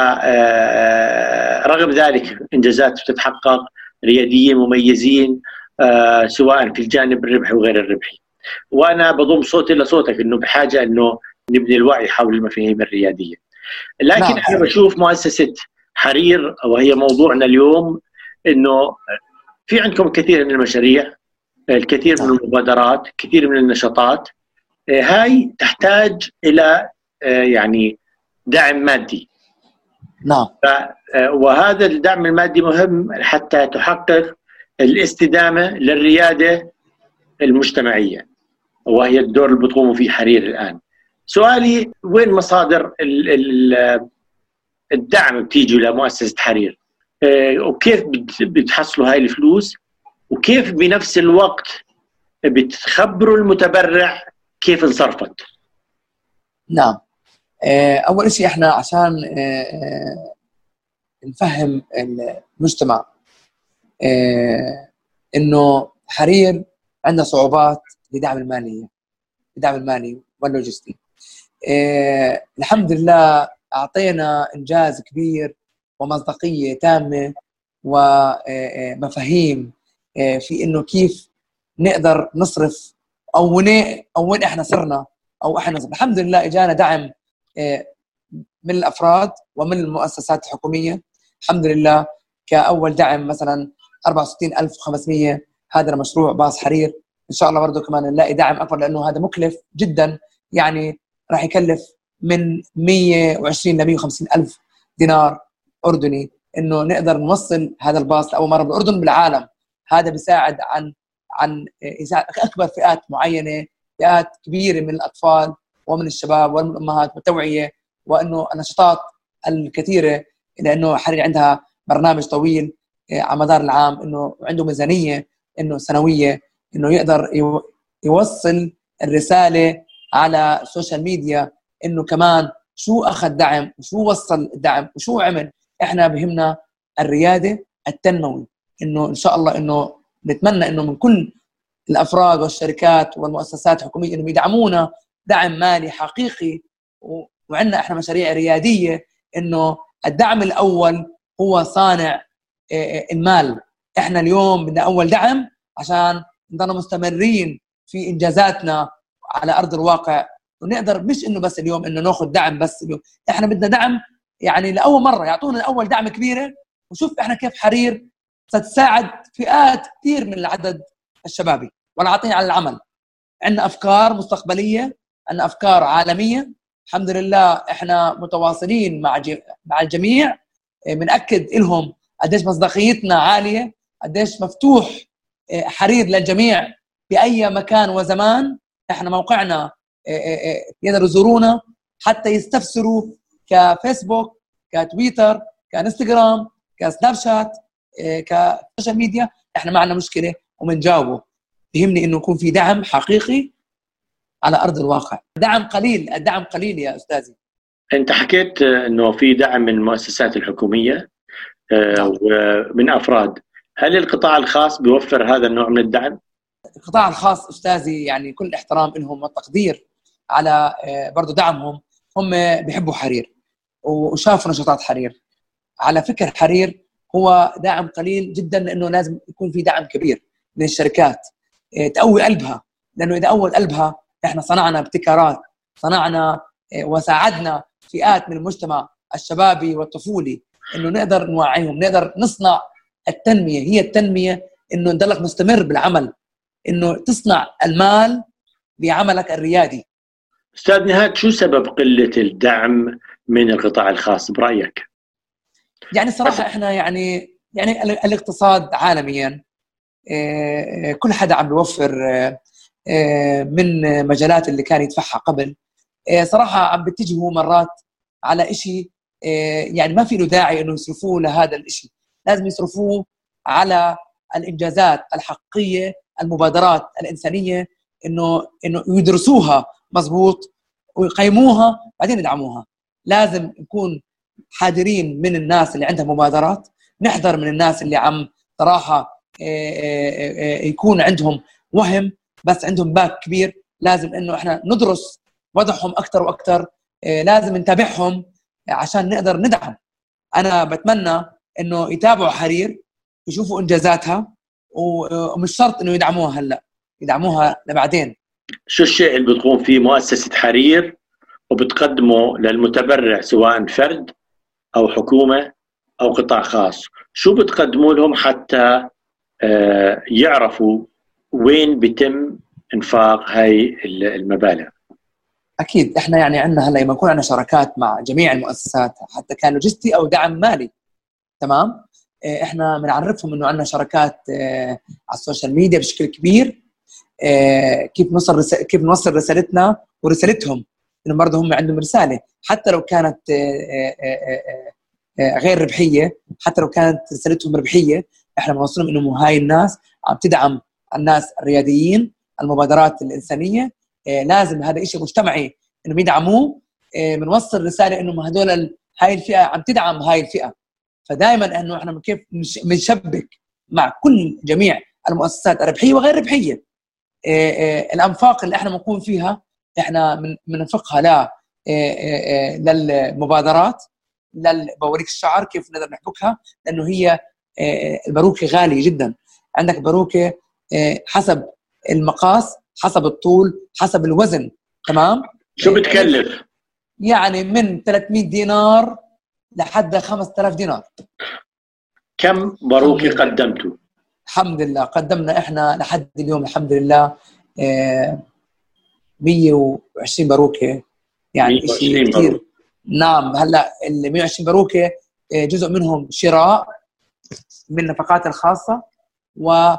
Speaker 1: فرغم ذلك إنجازات تتحقق، رياديين مميزين سواء في الجانب الربحي وغير الربحي. وانا بضم صوتي لصوتك انه بحاجه انه نبني الوعي حول المفاهيم الرياديه. لكن انا بشوف مؤسسه حرير وهي موضوعنا اليوم انه في عندكم كثير من المشاريع، الكثير من المبادرات، كثير من النشاطات، هاي تحتاج الى يعني دعم مادي.
Speaker 2: نعم.
Speaker 1: وهذا الدعم المادي مهم حتى تحقق الاستدامه للرياده المجتمعيه، وهي الدور اللي بتقوموا فيه حرير الان. سؤالي، وين مصادر الدعم بتيجوا لمؤسسه حرير؟ وكيف بتحصلوا هاي الفلوس؟ وكيف بنفس الوقت بتخبروا المتبرع كيف انصرفت؟
Speaker 2: نعم. أول شيء إحنا عشان نفهم المجتمع إنه حرير عندنا صعوبات لدعم المالي واللوجستي. الحمد لله أعطينا إنجاز كبير ومصداقية تامة ومفاهيم في إنه كيف نقدر نصرف أو وين إحنا صرنا أو إحنا صرنا. الحمد لله إجانا دعم من الأفراد ومن المؤسسات الحكومية. الحمد لله كأول دعم مثلا 64,500، هذا مشروع باص حرير. إن شاء الله برضو كمان نلاقي دعم أكبر لأنه هذا مكلف جدا، يعني راح يكلف من 120 ل 150 ألف دينار أردني إنه نقدر نوصل هذا الباص لأول مرة بالأردن بالعالم. هذا بيساعد عن يساعد أكبر فئات معينة، فئات كبيرة من الأطفال ومن الشباب ومن الأمهات، والتوعية وإنه النشاطات الكثيرة، لأنه حرير عندها برنامج طويل على مدار العام، إنه عنده ميزانية إنه سنوية، إنه يقدر يوصل الرسالة على السوشيال ميديا إنه كمان شو أخذ دعم وشو وصل الدعم وشو عمل. إحنا بهمنا الريادة التنموي، إنه إن شاء الله إنه نتمنى إنه من كل الأفراد والشركات والمؤسسات الحكومية إنهم يدعمونا دعم مالي حقيقي. وعندنا إحنا مشاريع ريادية إنه الدعم الأول هو صانع المال. إحنا اليوم بدنا أول دعم عشان نضلنا مستمرين في إنجازاتنا على أرض الواقع، ونقدر مش إنه بس اليوم إنه نأخذ دعم بس اليوم. إحنا بدنا دعم يعني لأول مرة يعطونا أول دعم كبيرة، وشوف إحنا كيف حرير ستساعد فئات كثير من العدد الشبابي والعاطين على العمل. عندنا أفكار مستقبلية، عندنا أفكار عالمية. الحمد لله إحنا متواصلين مع الجميع، بنأكد لهم قديش مصداقيتنا عالية، قديش مفتوح حرير للجميع بأي مكان وزمان. إحنا موقعنا يقدروا يزورونا حتى يستفسروا كفيسبوك، كتويتر، كانستغرام، كسناب شات، كسوشيال ميديا. إحنا ما عندنا مشكلة ومنجاوبه. بيهمني إنه يكون في دعم حقيقي على أرض الواقع. الدعم قليل يا أستاذي.
Speaker 1: أنت حكيت إنه في دعم من المؤسسات الحكومية ومن أفراد. هل القطاع الخاص بيوفر هذا النوع من الدعم؟
Speaker 2: القطاع الخاص أستاذي يعني كل احترام لهم والتقدير على برضو دعمهم. هم بيحبوا حرير وشافوا نشاطات حرير. على فكرة حرير هو دعم قليل جدا، لأنه لازم يكون في دعم كبير من الشركات تقوي قلبها، لأنه إذا أول قلبها إحنا صنعنا ابتكارات، صنعنا وساعدنا فئات من المجتمع الشبابي والطفولي، إنه نقدر نوعيهم، نقدر نصنع التنمية. هي التنمية إنه نضلك مستمر بالعمل، إنه تصنع المال بعملك الريادي.
Speaker 1: أستاذ نهاد، شو سبب قلة الدعم من القطاع الخاص برأيك؟
Speaker 2: يعني صراحة إحنا يعني الاقتصاد عالميا كل حدا عم بيوفر من مجالات اللي كان يدفعها قبل. صراحة عم بتجهوا مرات على إشي يعني ما في له داعي إنه يصرفوه لهذا الإشي. لازم يصرفوه على الإنجازات الحقيقية، المبادرات الإنسانية، إنه يدرسوها مزبوط ويقيموها بعدين يدعموها. لازم نكون حذرين من الناس اللي عندها مبادرات، نحذر من الناس اللي عم صراحة يكون عندهم وهم بس عندهم باك كبير. لازم إنه إحنا ندرس وضعهم أكتر وأكتر، لازم نتابعهم عشان نقدر ندعم. أنا بتمنى إنه يتابعوا حرير، يشوفوا إنجازاتها، ومش شرط إنه يدعموها هلأ، يدعموها لبعدين.
Speaker 1: شو الشيء اللي بتقوم فيه مؤسسة حرير وبتقدمه للمتبرع سواء فرد أو حكومة أو قطاع خاص؟ شو بتقدموا لهم حتى يعرفوا وين بيتم إنفاق هاي المبالغ؟
Speaker 2: اكيد احنا يعني عندنا هلا لما يكون عندنا شراكات مع جميع المؤسسات حتى كان لوجستي او دعم مالي، تمام، احنا بنعرفهم انه عندنا شراكات على السوشيال ميديا بشكل كبير، كيف نوصل رسالتنا ورسالتهم، انه برضه هم عندهم رساله حتى لو كانت غير ربحيه، حتى لو كانت رسالتهم ربحيه احنا بنوصلهم انه هاي الناس عم تدعم الناس الرياديين، المبادرات الانسانيه، لازم هذا شيء مجتمعي انهم يدعموه، بنوصل رساله انه هذول هاي الفئه عم تدعم هاي الفئه. فدائما انه احنا كيف بنشبك مع كل جميع المؤسسات الربحيه وغير ربحيه. الانفاق اللي احنا بنكون فيها احنا بننفقها للمبادرات، بوريك الشعر كيف نقدر نحبكها، لانه هي الباروكه غاليه جدا. عندك باروكه حسب المقاس، حسب الطول، حسب الوزن، تمام.
Speaker 1: شو بتكلف؟
Speaker 2: يعني من 300 دينار لحد 5000 دينار.
Speaker 1: كم باروكه قدمتوا؟
Speaker 2: الحمد لله قدمنا احنا لحد اليوم الحمد لله 120 باروكه، يعني شيء كثير. نعم، هلا ال 120 باروكه جزء منهم شراء من النفقات الخاصه، و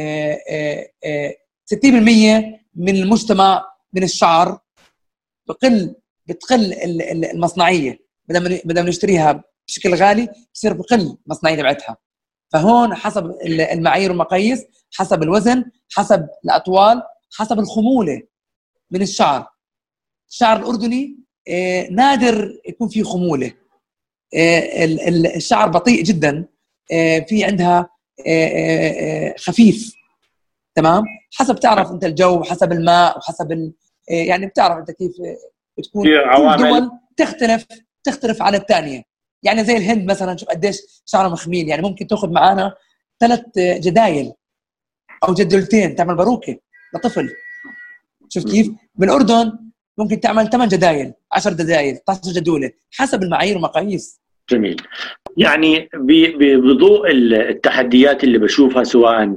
Speaker 2: 60% من المجتمع من الشعر بتقل المصنعيه، بدنا نشتريها بشكل غالي بصير بقل المصنعيه تبعتها. فهون حسب المعايير والمقاييس، حسب الوزن، حسب الاطوال، حسب الخموله من الشعر. الشعر الاردني نادر يكون فيه خموله، الشعر بطيء جدا، في عندها خفيف، تمام. حسب تعرف انت الجو، حسب الماء، وحسب يعني بتعرف انت كيف بتكون كل دول تختلف عن الثانيه. يعني زي الهند مثلا، شوف قديش شعره مخميل، يعني ممكن تاخذ معانا 3 جدايل او جدولتين تعمل باروكه لطفل. شوف كيف بالاردن ممكن تعمل 8 جدايل، 10 جدايل، 12 جدوله، حسب المعايير والمقاييس.
Speaker 1: جميل. يعني بضوء التحديات اللي بشوفها، سواء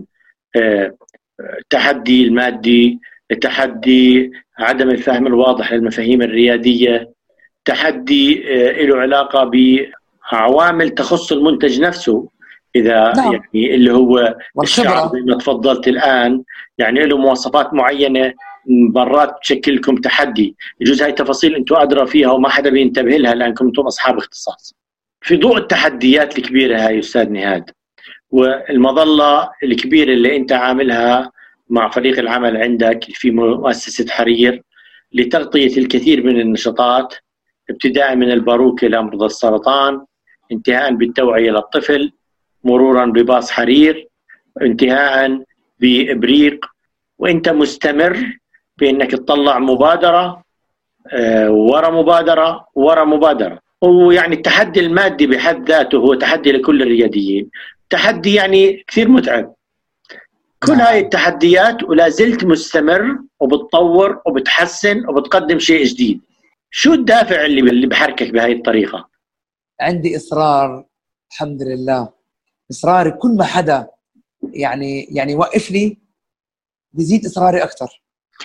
Speaker 1: التحدي المادي، التحدي عدم الفهم الواضح للمفاهيم الريادية، تحدي له علاقة بعوامل تخص المنتج نفسه، إذا
Speaker 2: نعم.
Speaker 1: يعني اللي هو
Speaker 2: الشعر
Speaker 1: زي ما تفضلت الآن، يعني له مواصفات معينة مرات تشكل لكم تحدي. يجوز هاي التفاصيل أنتم أدرى فيها وما حدا بينتبه لها لأنكم أنتم أصحاب اختصاص. في ضوء التحديات الكبيرة هاي أستاذ نهاد، والمظلة الكبيرة اللي أنت عاملها مع فريق العمل عندك في مؤسسة حرير لتغطية الكثير من النشاطات، ابتداء من الباروكة لأمراض السرطان، انتهاء بالتوعية للطفل، مرورا بباص حرير، انتهاء بإبريق، وانت مستمر بأنك تطلع مبادرة ورا مبادرة ورا مبادرة. ويعني التحدي المادي بحد ذاته هو تحدي لكل الرياديين، تحدي يعني كثير متعب. كل هاي التحديات ولا زلت مستمر وبتطور وبتحسن وبتقدم شيء جديد. شو الدافع اللي بحركك بهاي الطريقة؟
Speaker 2: عندي إصرار، الحمد لله. إصراري كل ما حدا يعني وقف لي بيزيد إصراري أكتر.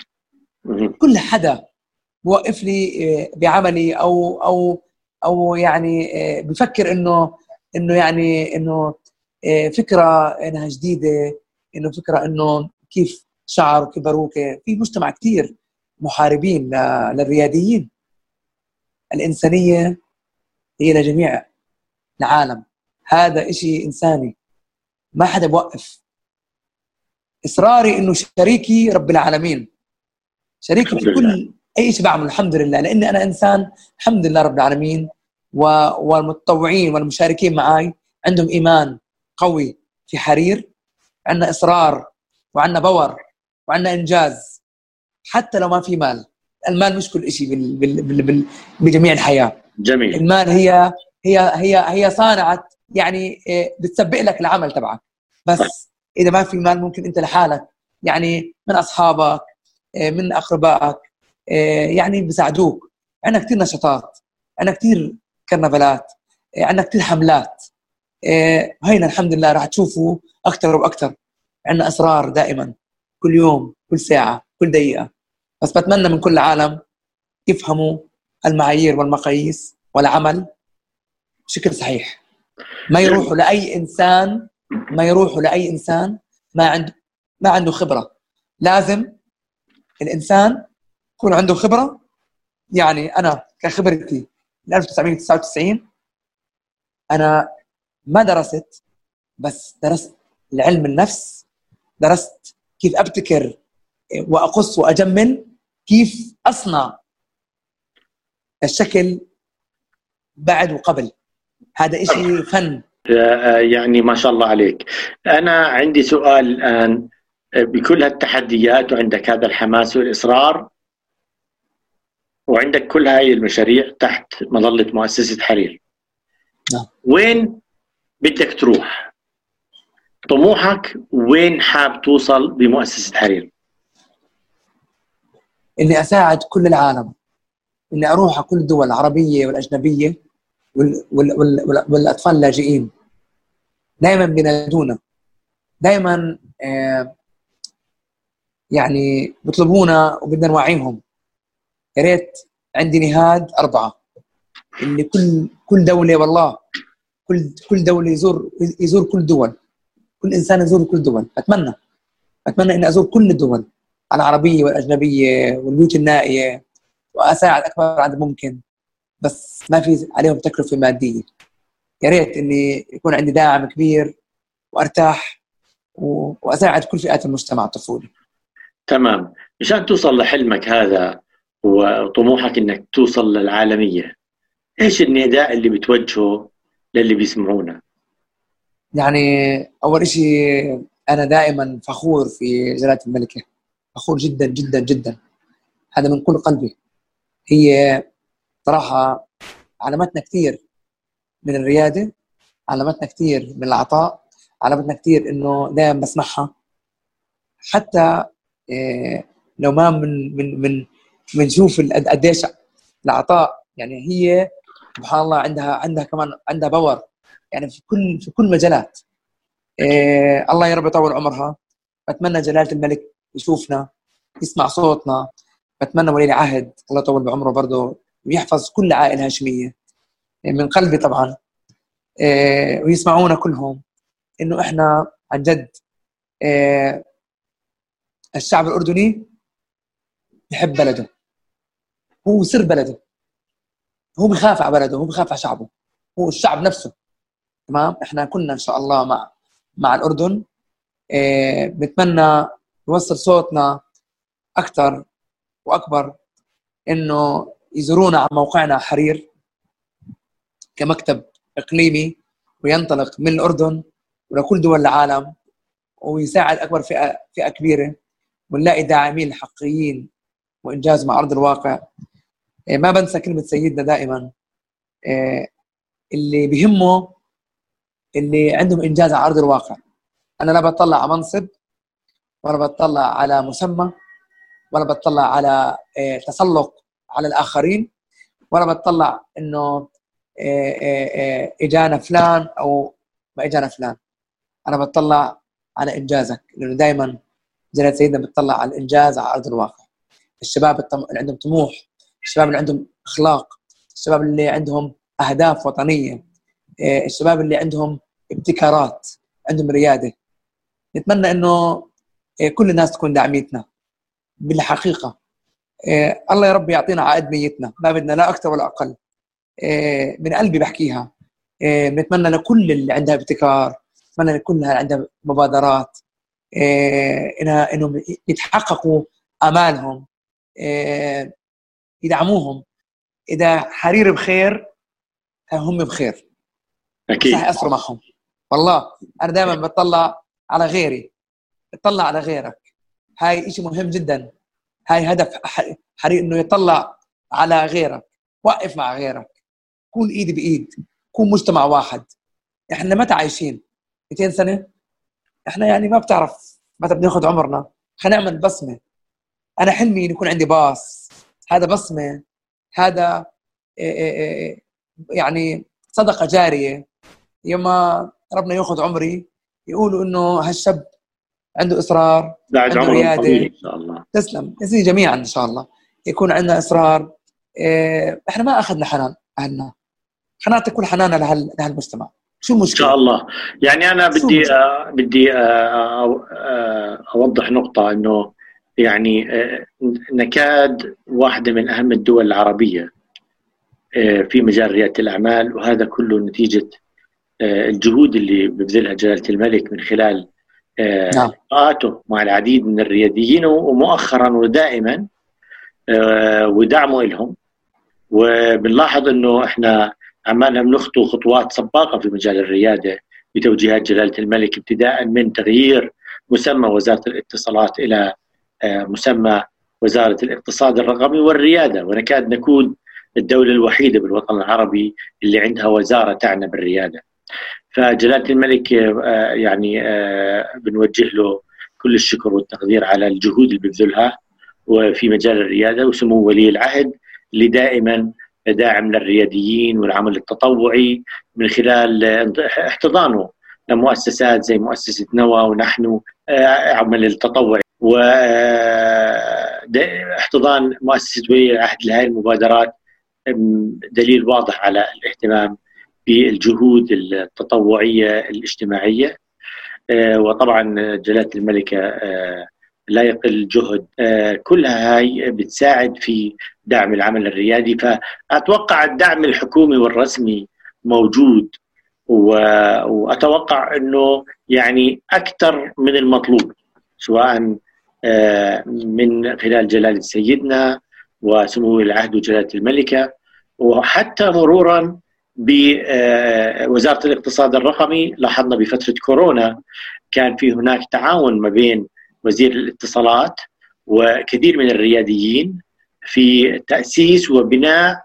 Speaker 2: كل حدا بوقف لي بعملي أو يعني بفكر إنه يعني إنه فكرة إنها جديدة، إنه فكرة إنه كيف شعر وكيف باروكة. في مجتمع كتير محاربين للرياديين. الإنسانية هي لجميع العالم، هذا إشي إنساني ما حدا بوقف. إصراري إنه شريكي رب العالمين، شريكي في كل أي شيء بعمل الحمد لله، لأني أنا إنسان الحمد لله رب العالمين، والمتطوعين والمشاركين معي عندهم إيمان قوي في حرير. عندنا إصرار وعندنا باور وعندنا إنجاز، حتى لو ما في مال. المال مش كل شيء بجميع الحياة.
Speaker 1: جميل.
Speaker 2: المال هي صانعة، يعني بتسبق لك العمل تبعك، بس إذا ما في مال ممكن أنت لحالك، يعني من أصحابك، من أقربائك، يعني بيساعدوك. عندنا كتير نشاطات، عندنا كتير كرنفالات، عندنا كتير حملات. هينا الحمد لله راح تشوفوا أكتر وأكتر. عندنا أسرار دائما، كل يوم، كل ساعة، كل دقيقة. بس بتمنى من كل العالم يفهموا المعايير والمقاييس والعمل بشكل صحيح. ما يروحوا لأي إنسان ما عنده خبرة. لازم الإنسان يكون عنده خبرة. يعني أنا كخبرتي من 1999 أنا ما درست، بس درست العلم النفس، درست كيف أبتكر وأقص وأجمل، كيف أصنع الشكل بعد وقبل. هذا إشي فن.
Speaker 1: يعني ما شاء الله عليك. أنا عندي سؤال الآن، بكل هالتحديات وعندك هذا الحماس والإصرار وعندك كل هاي المشاريع تحت مظلة مؤسسة حرير، وين بدك تروح؟ طموحك وين حاب توصل بمؤسسة حرير؟
Speaker 2: إني أساعد كل العالم، إني أروح على كل الدول العربية والأجنبية والأطفال اللاجئين. دائما بينادونا، دائما يعني بيطلبونا وبدنا نوعيهم. يا ريت عندي نهاد 4 اللي كل دولة، والله كل دولة يزور كل دول، كل إنسان يزور كل دول. أتمنى إني أزور كل الدول العربية والأجنبية والبيوت النائية، وأساعد أكبر عدد ممكن، بس ما في عليهم تكلفة مادية. يا ريت إني يكون عندي داعم كبير وأرتاح وأساعد كل فئات المجتمع الطفولي.
Speaker 1: تمام. مشان توصل لحلمك هذا وطموحك إنك توصل للعالمية، إيش النداء اللي بتوجهه للي بيسمعونا؟
Speaker 2: يعني أول إشي أنا دائما فخور في جلالة الملكة، فخور جدا جدا جدا، هذا من كل قلبي. هي صراحة علمتنا كثير من الريادة، علمتنا كثير من العطاء، علمتنا كثير إنه دائما بسمعها. حتى لو ما منشوف قديش العطاء، يعني هي سبحان الله عندها كمان عندها باور، يعني في كل مجالات. الله يا رب يطول عمرها. بتمنى جلالة الملك يشوفنا، يسمع صوتنا. بتمنى ولي العهد الله يطول بعمره برضه ويحفظ كل عائلة هاشمية من قلبي طبعا، ويسمعونا كلهم. إنه إحنا عن جد الشعب الأردني يحب بلده، هو سر بلده، هو بخاف على بلده، هو بخاف على شعبه، هو الشعب نفسه. تمام. إحنا كنا إن شاء الله مع الأردن. بنتمنى نوصل صوتنا أكثر وأكبر، إنه يزورونا على موقعنا حرير كمكتب إقليمي، وينطلق من الأردن ولكل دول العالم، ويساعد أكبر فئة كبيرة، ونلاقي داعمين حقيقيين وإنجاز مع أرض الواقع. ما بنسى كلمة سيدنا دائما، اللي بيهمه اللي عندهم إنجاز على أرض الواقع. أنا لا بطلع على منصب، ولا بطلع على مسمى، ولا بطلع على تسلق على الآخرين، ولا بطلع إنه إجانا فلان أو ما إجانا فلان. أنا بطلع على إنجازك، لأنه دائما جلالة سيدنا بتطلع على الإنجاز على أرض الواقع. الشباب اللي عندهم طموح، الشباب اللي عندهم أخلاق، الشباب اللي عندهم أهداف وطنية، الشباب اللي عندهم ابتكارات، عندهم ريادة. نتمنى إنه كل الناس تكون داعميتنا بالحقيقة. الله يا رب يعطينا عائد ميتنا، ما بدنا لا أكثر ولا أقل. من قلبي بحكيها. نتمنى لكل اللي عندها ابتكار، نتمنى لكل اللي عندها مبادرات، إنهم يتحققوا آمالهم، يدعموهم. إذا حرير بخير هم بخير،
Speaker 1: أكيد.
Speaker 2: صح أسرع معهم. والله أنا دائما بتطلع على غيري، بتطلع على غيرك. هاي إشي مهم جدا. هاي هدف حرير، إنه يطلع على غيرك، وقف مع غيرك، كون إيد بإيد، كون مجتمع واحد. إحنا متى عايشين 200 سنة؟ إحنا يعني ما بتعرف متى بناخد عمرنا. خلينا نعمل بصمة. انا حلمي يكون عندي باص، هذا بصمه، هذا يعني صدقه جاريه. يوم ربنا ياخذ عمري يقولوا انه هالشاب عنده اصرار،
Speaker 1: بعد
Speaker 2: عنده
Speaker 1: عمر طويل
Speaker 2: رياده.
Speaker 1: ان شاء الله.
Speaker 2: تسلم يا سيدي، جميعا ان شاء الله يكون عندنا اصرار. احنا ما اخذنا حنان اهلنا، حنان تكون حنانه لهالمجتمع. شو
Speaker 1: ان
Speaker 2: المشكله؟
Speaker 1: شاء الله. يعني انا
Speaker 2: شو
Speaker 1: بدي
Speaker 2: المشكله؟
Speaker 1: اوضح نقطه، انه يعني نكاد واحده من اهم الدول العربيه في مجال رياده الاعمال، وهذا كله نتيجه الجهود اللي ببذلها جلاله الملك من خلال
Speaker 2: نعم.
Speaker 1: لقاءاته مع العديد من الرياديين، ومؤخرا ودائما ودعمه لهم. وبنلاحظ انه احنا عمالنا بنخطو خطوات سباقه في مجال الرياده بتوجيهات جلاله الملك، ابتداء من تغيير مسمى وزاره الاتصالات الى مسمى وزاره الاقتصاد الرقمي والرياده، ونكاد نكون الدوله الوحيده بالوطن العربي اللي عندها وزاره تعنى بالرياده. فجلاله الملك يعني بنوجه له كل الشكر والتقدير على الجهود اللي بيبذلها وفي مجال الرياده، وسمو ولي العهد اللي دائما داعم للرياديين والعمل التطوعي من خلال احتضانه لمؤسسات زي مؤسسه نوى ونحن عمل التطوعي، واحتضان مؤسسه ولي العهد لهذه المبادرات دليل واضح على الاهتمام بالجهود التطوعيه الاجتماعيه. وطبعا جلاله الملكه لا يقل جهد. كلها هاي بتساعد في دعم العمل الريادي. فأتوقع الدعم الحكومي والرسمي موجود، وأتوقع أنه يعني أكثر من المطلوب، سواء من خلال جلالة سيدنا وسمو العهد وجلالة الملكة، وحتى مرورا بوزارة الاقتصاد الرقمي. لاحظنا بفترة كورونا كان في هناك تعاون ما بين وزير الاتصالات وكثير من الرياديين في تأسيس وبناء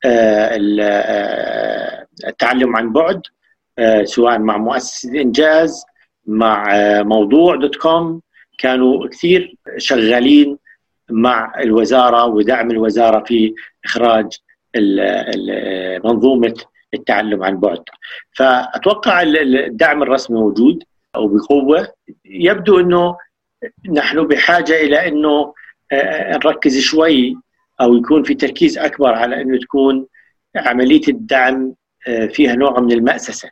Speaker 1: التعلم عن بعد، سواء مع مؤسسة إنجاز، مع موضوع.com. كانوا كثير شغالين مع الوزارة ودعم الوزارة في إخراج منظومة التعلم عن بعد. فأتوقع الدعم الرسمي موجود وبقوة. يبدو أنه نحن بحاجة إلى أنه نركز شوي، أو يكون في تركيز أكبر على أنه تكون عملية الدعم فيها نوع من المأسسة،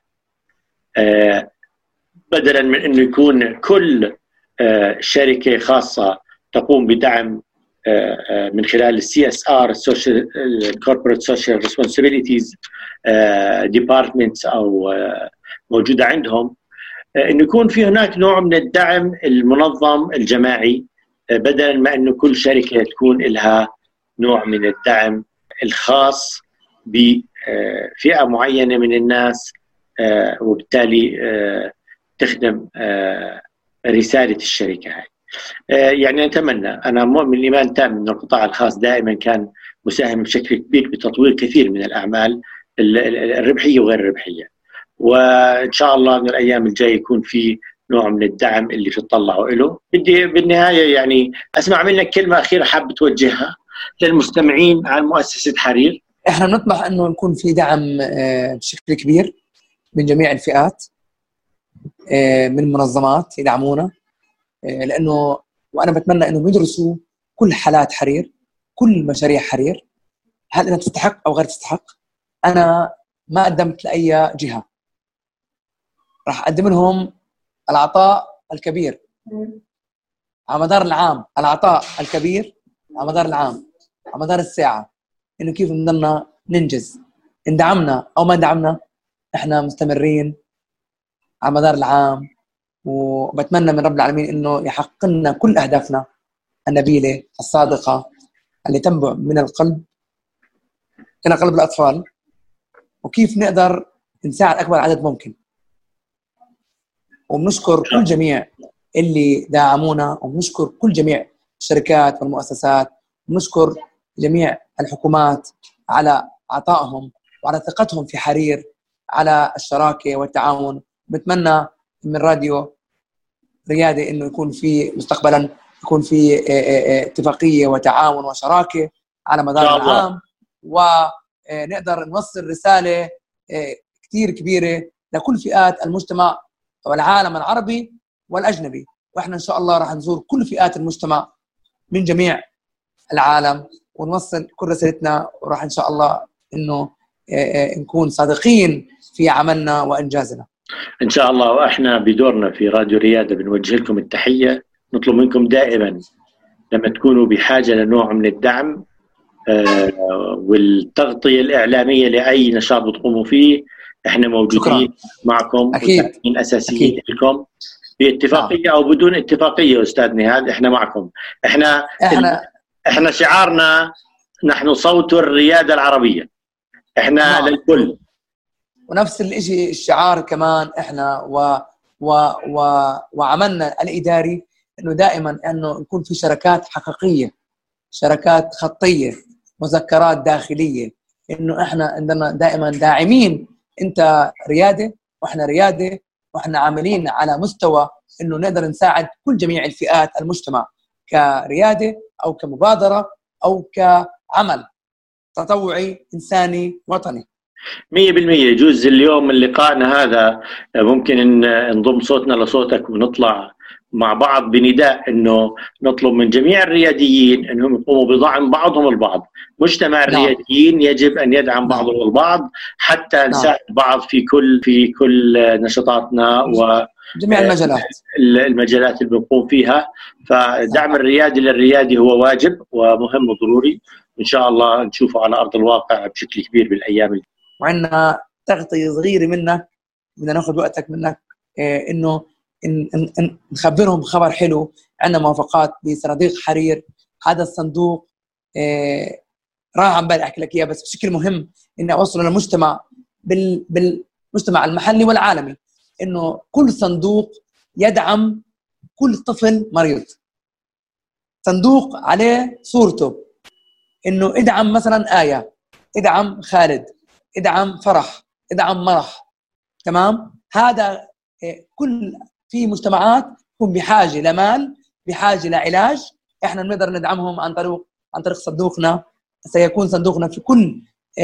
Speaker 1: بدلا من أنه يكون كل شركة خاصة تقوم بدعم من خلال CSR Corporate Social Responsibilities Departments أو موجودة عندهم، أن يكون في هناك نوع من الدعم المنظم الجماعي، بدلا ما أنه كل شركة تكون لها نوع من الدعم الخاص بفئة معينة من الناس، وبالتالي تخدم رسالة الشركة هاي. يعني أتمنى، أنا مؤمن الإيمان تام أن القطاع الخاص دائما كان مساهم بشكل كبير بتطوير كثير من الأعمال الربحية وغير الربحية، وإن شاء الله من الأيام الجاية يكون في نوع من الدعم اللي تطلعوا له. بدي بالنهاية يعني أسمع منك كلمة أخيرة حاب توجهها للمستمعين عن مؤسسة حرير.
Speaker 2: إحنا نطمح أنه يكون في دعم بشكل كبير من جميع الفئات، من منظمات يدعمونا، لأنه وأنا بتمنى أنهم يدرسوا كل حالات حرير، كل مشاريع حرير، هل أنها تستحق أو غير تستحق. أنا ما قدمت لأي جهة، راح أقدم لهم العطاء الكبير على مدار العام، العطاء الكبير على مدار العام، على مدار الساعة، إنه كيف نضلنا ننجز. إن دعمنا أو ما دعمنا إحنا مستمرين على مدار العام، وبتمنى من رب العالمين إنه يحقق لنا كل أهدافنا النبيلة الصادقة اللي تنبع من القلب إلى قلب الأطفال، وكيف نقدر نساعد أكبر عدد ممكن. وبنشكر كل جميع اللي داعمونا، وبنشكر كل جميع الشركات والمؤسسات، وبنشكر جميع الحكومات على عطائهم وعلى ثقتهم في حرير، على الشراكة والتعاون. بتمنى من راديو ريادة إنه يكون في مستقبلا يكون في اتفاقية وتعاون وشراكة على مدار العام، ونقدر نوصل رسالة كتير كبيرة لكل فئات المجتمع والعالم العربي والأجنبي. وإحنا إن شاء الله راح نزور كل فئات المجتمع من جميع العالم ونوصل كل رسالتنا، وراح إن شاء الله إنه نكون صادقين في عملنا وإنجازنا
Speaker 1: إن شاء الله. وإحنا بدورنا في راديو ريادة بنوجه لكم التحية، نطلب منكم دائما لما تكونوا بحاجة لنوع من الدعم والتغطية الإعلامية لأي نشاط بتقوموا فيه، إحنا موجودين. شكرا. معكم
Speaker 2: أكيد
Speaker 1: أساسيين لكم باتفاقية أو بدون اتفاقية. أستاذ نهاد إحنا معكم. إحنا شعارنا نحن صوت الريادة العربية، إحنا للكل.
Speaker 2: ونفس الشيء الشعار كمان إحنا وعملنا الإداري إنه دائما إنه يكون في شركات حقيقية، شركات خطية، مذكرات داخلية، إنه إحنا عندنا دائما داعمين. أنت ريادة وإحنا ريادة، وإحنا عاملين على مستوى إنه نقدر نساعد كل جميع الفئات المجتمع كريادة أو كمبادرة أو كعمل تطوعي إنساني وطني.
Speaker 1: 100%. يجوز اليوم من لقائنا هذا ممكن إن نضم صوتنا لصوتك ونطلع مع بعض بنداء إنه نطلب من جميع الرياديين إنهم يقوموا بدعم بعضهم البعض. مجتمع الرياديين يجب أن يدعم بعضهم البعض حتى نساعد بعض في كل نشاطاتنا
Speaker 2: وجميع
Speaker 1: المجالات اللي بنقوم فيها. فدعم الريادي للريادي هو واجب ومهم وضروري، إن شاء الله نشوفه على أرض الواقع بشكل كبير بالأيام.
Speaker 2: وعندنا تغطية صغيرة منك، بدنا ناخذ وقتك منك، إنه نخبرهم خبر حلو. عندنا موافقات بصناديق حرير. هذا الصندوق راح عم بالي أحكي لك إياه، بس بشكل مهم إني أوصله للمجتمع بالمجتمع المحلي والعالمي، إنه كل صندوق يدعم كل طفل مريض. صندوق عليه صورته، إنه ادعم مثلا آية، ادعم خالد، ادعم فرح، ادعم مرح. تمام؟ هذا كل في مجتمعات تكون بحاجة لمال، بحاجة لعلاج، احنا بنقدر ندعمهم عن طريق صندوقنا. سيكون صندوقنا في كل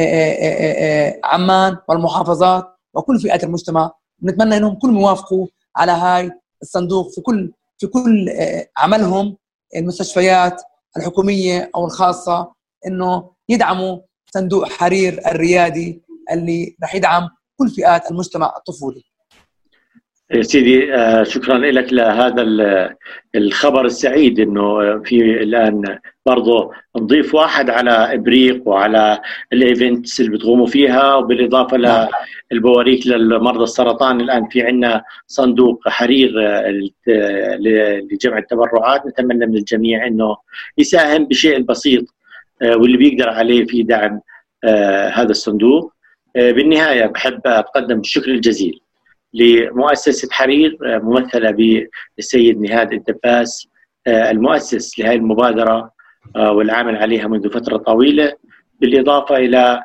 Speaker 2: عمان والمحافظات وكل فئات المجتمع. نتمنى انهم كل موافقوا على هاي الصندوق في كل عملهم، المستشفيات الحكومية او الخاصة، انه يدعموا صندوق حرير الريادي اللي رح يدعم كل فئات المجتمع الطفولي.
Speaker 1: سيدي شكرا لك لهذا الخبر السعيد، انه في الان برضه نضيف واحد على ابريق وعلى الايفنتس اللي بتقوموا فيها، وبالاضافه للبواريك للمرضى السرطان. الان في عندنا صندوق حرير لجمع التبرعات. نتمنى من الجميع انه يساهم بشيء بسيط واللي بيقدر عليه في دعم هذا الصندوق. بالنهايه بحب اتقدم بالشكر الجزيل لمؤسسة حرير ممثلة بالسيد نهاد الدباس، المؤسس لهذه المبادرة والعامل عليها منذ فترة طويلة، بالإضافة إلى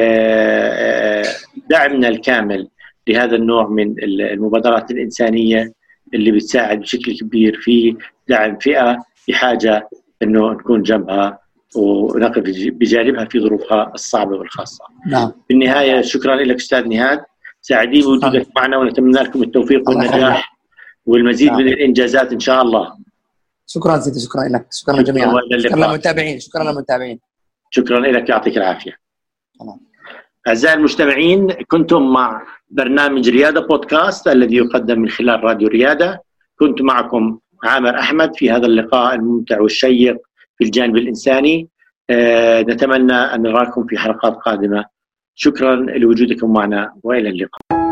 Speaker 1: دعمنا الكامل لهذا النوع من المبادرات الإنسانية اللي بتساعد بشكل كبير في دعم فئة بحاجة أنه نكون جنبها ونقف بجانبها في ظروفها الصعبة والخاصة.
Speaker 2: نعم.
Speaker 1: بالنهاية شكرا لك أستاذ نهاد، سعيدين بوجودك معنا ونتمنى لكم التوفيق والنجاح والمزيد من الإنجازات إن شاء الله.
Speaker 2: شكرا سيدي، شكرا لك، شكرا جميعا، شكرا للمتابعين.
Speaker 1: شكرا لك، يعطيك العافية. أعزائي المجتمعين، كنتم مع برنامج ريادة بودكاست الذي يقدم من خلال راديو ريادة. كنت معكم عامر أحمد في هذا اللقاء الممتع والشيق في الجانب الإنساني. نتمنى أن نراكم في حلقات قادمة. شكرا لوجودكم معنا وإلى اللقاء.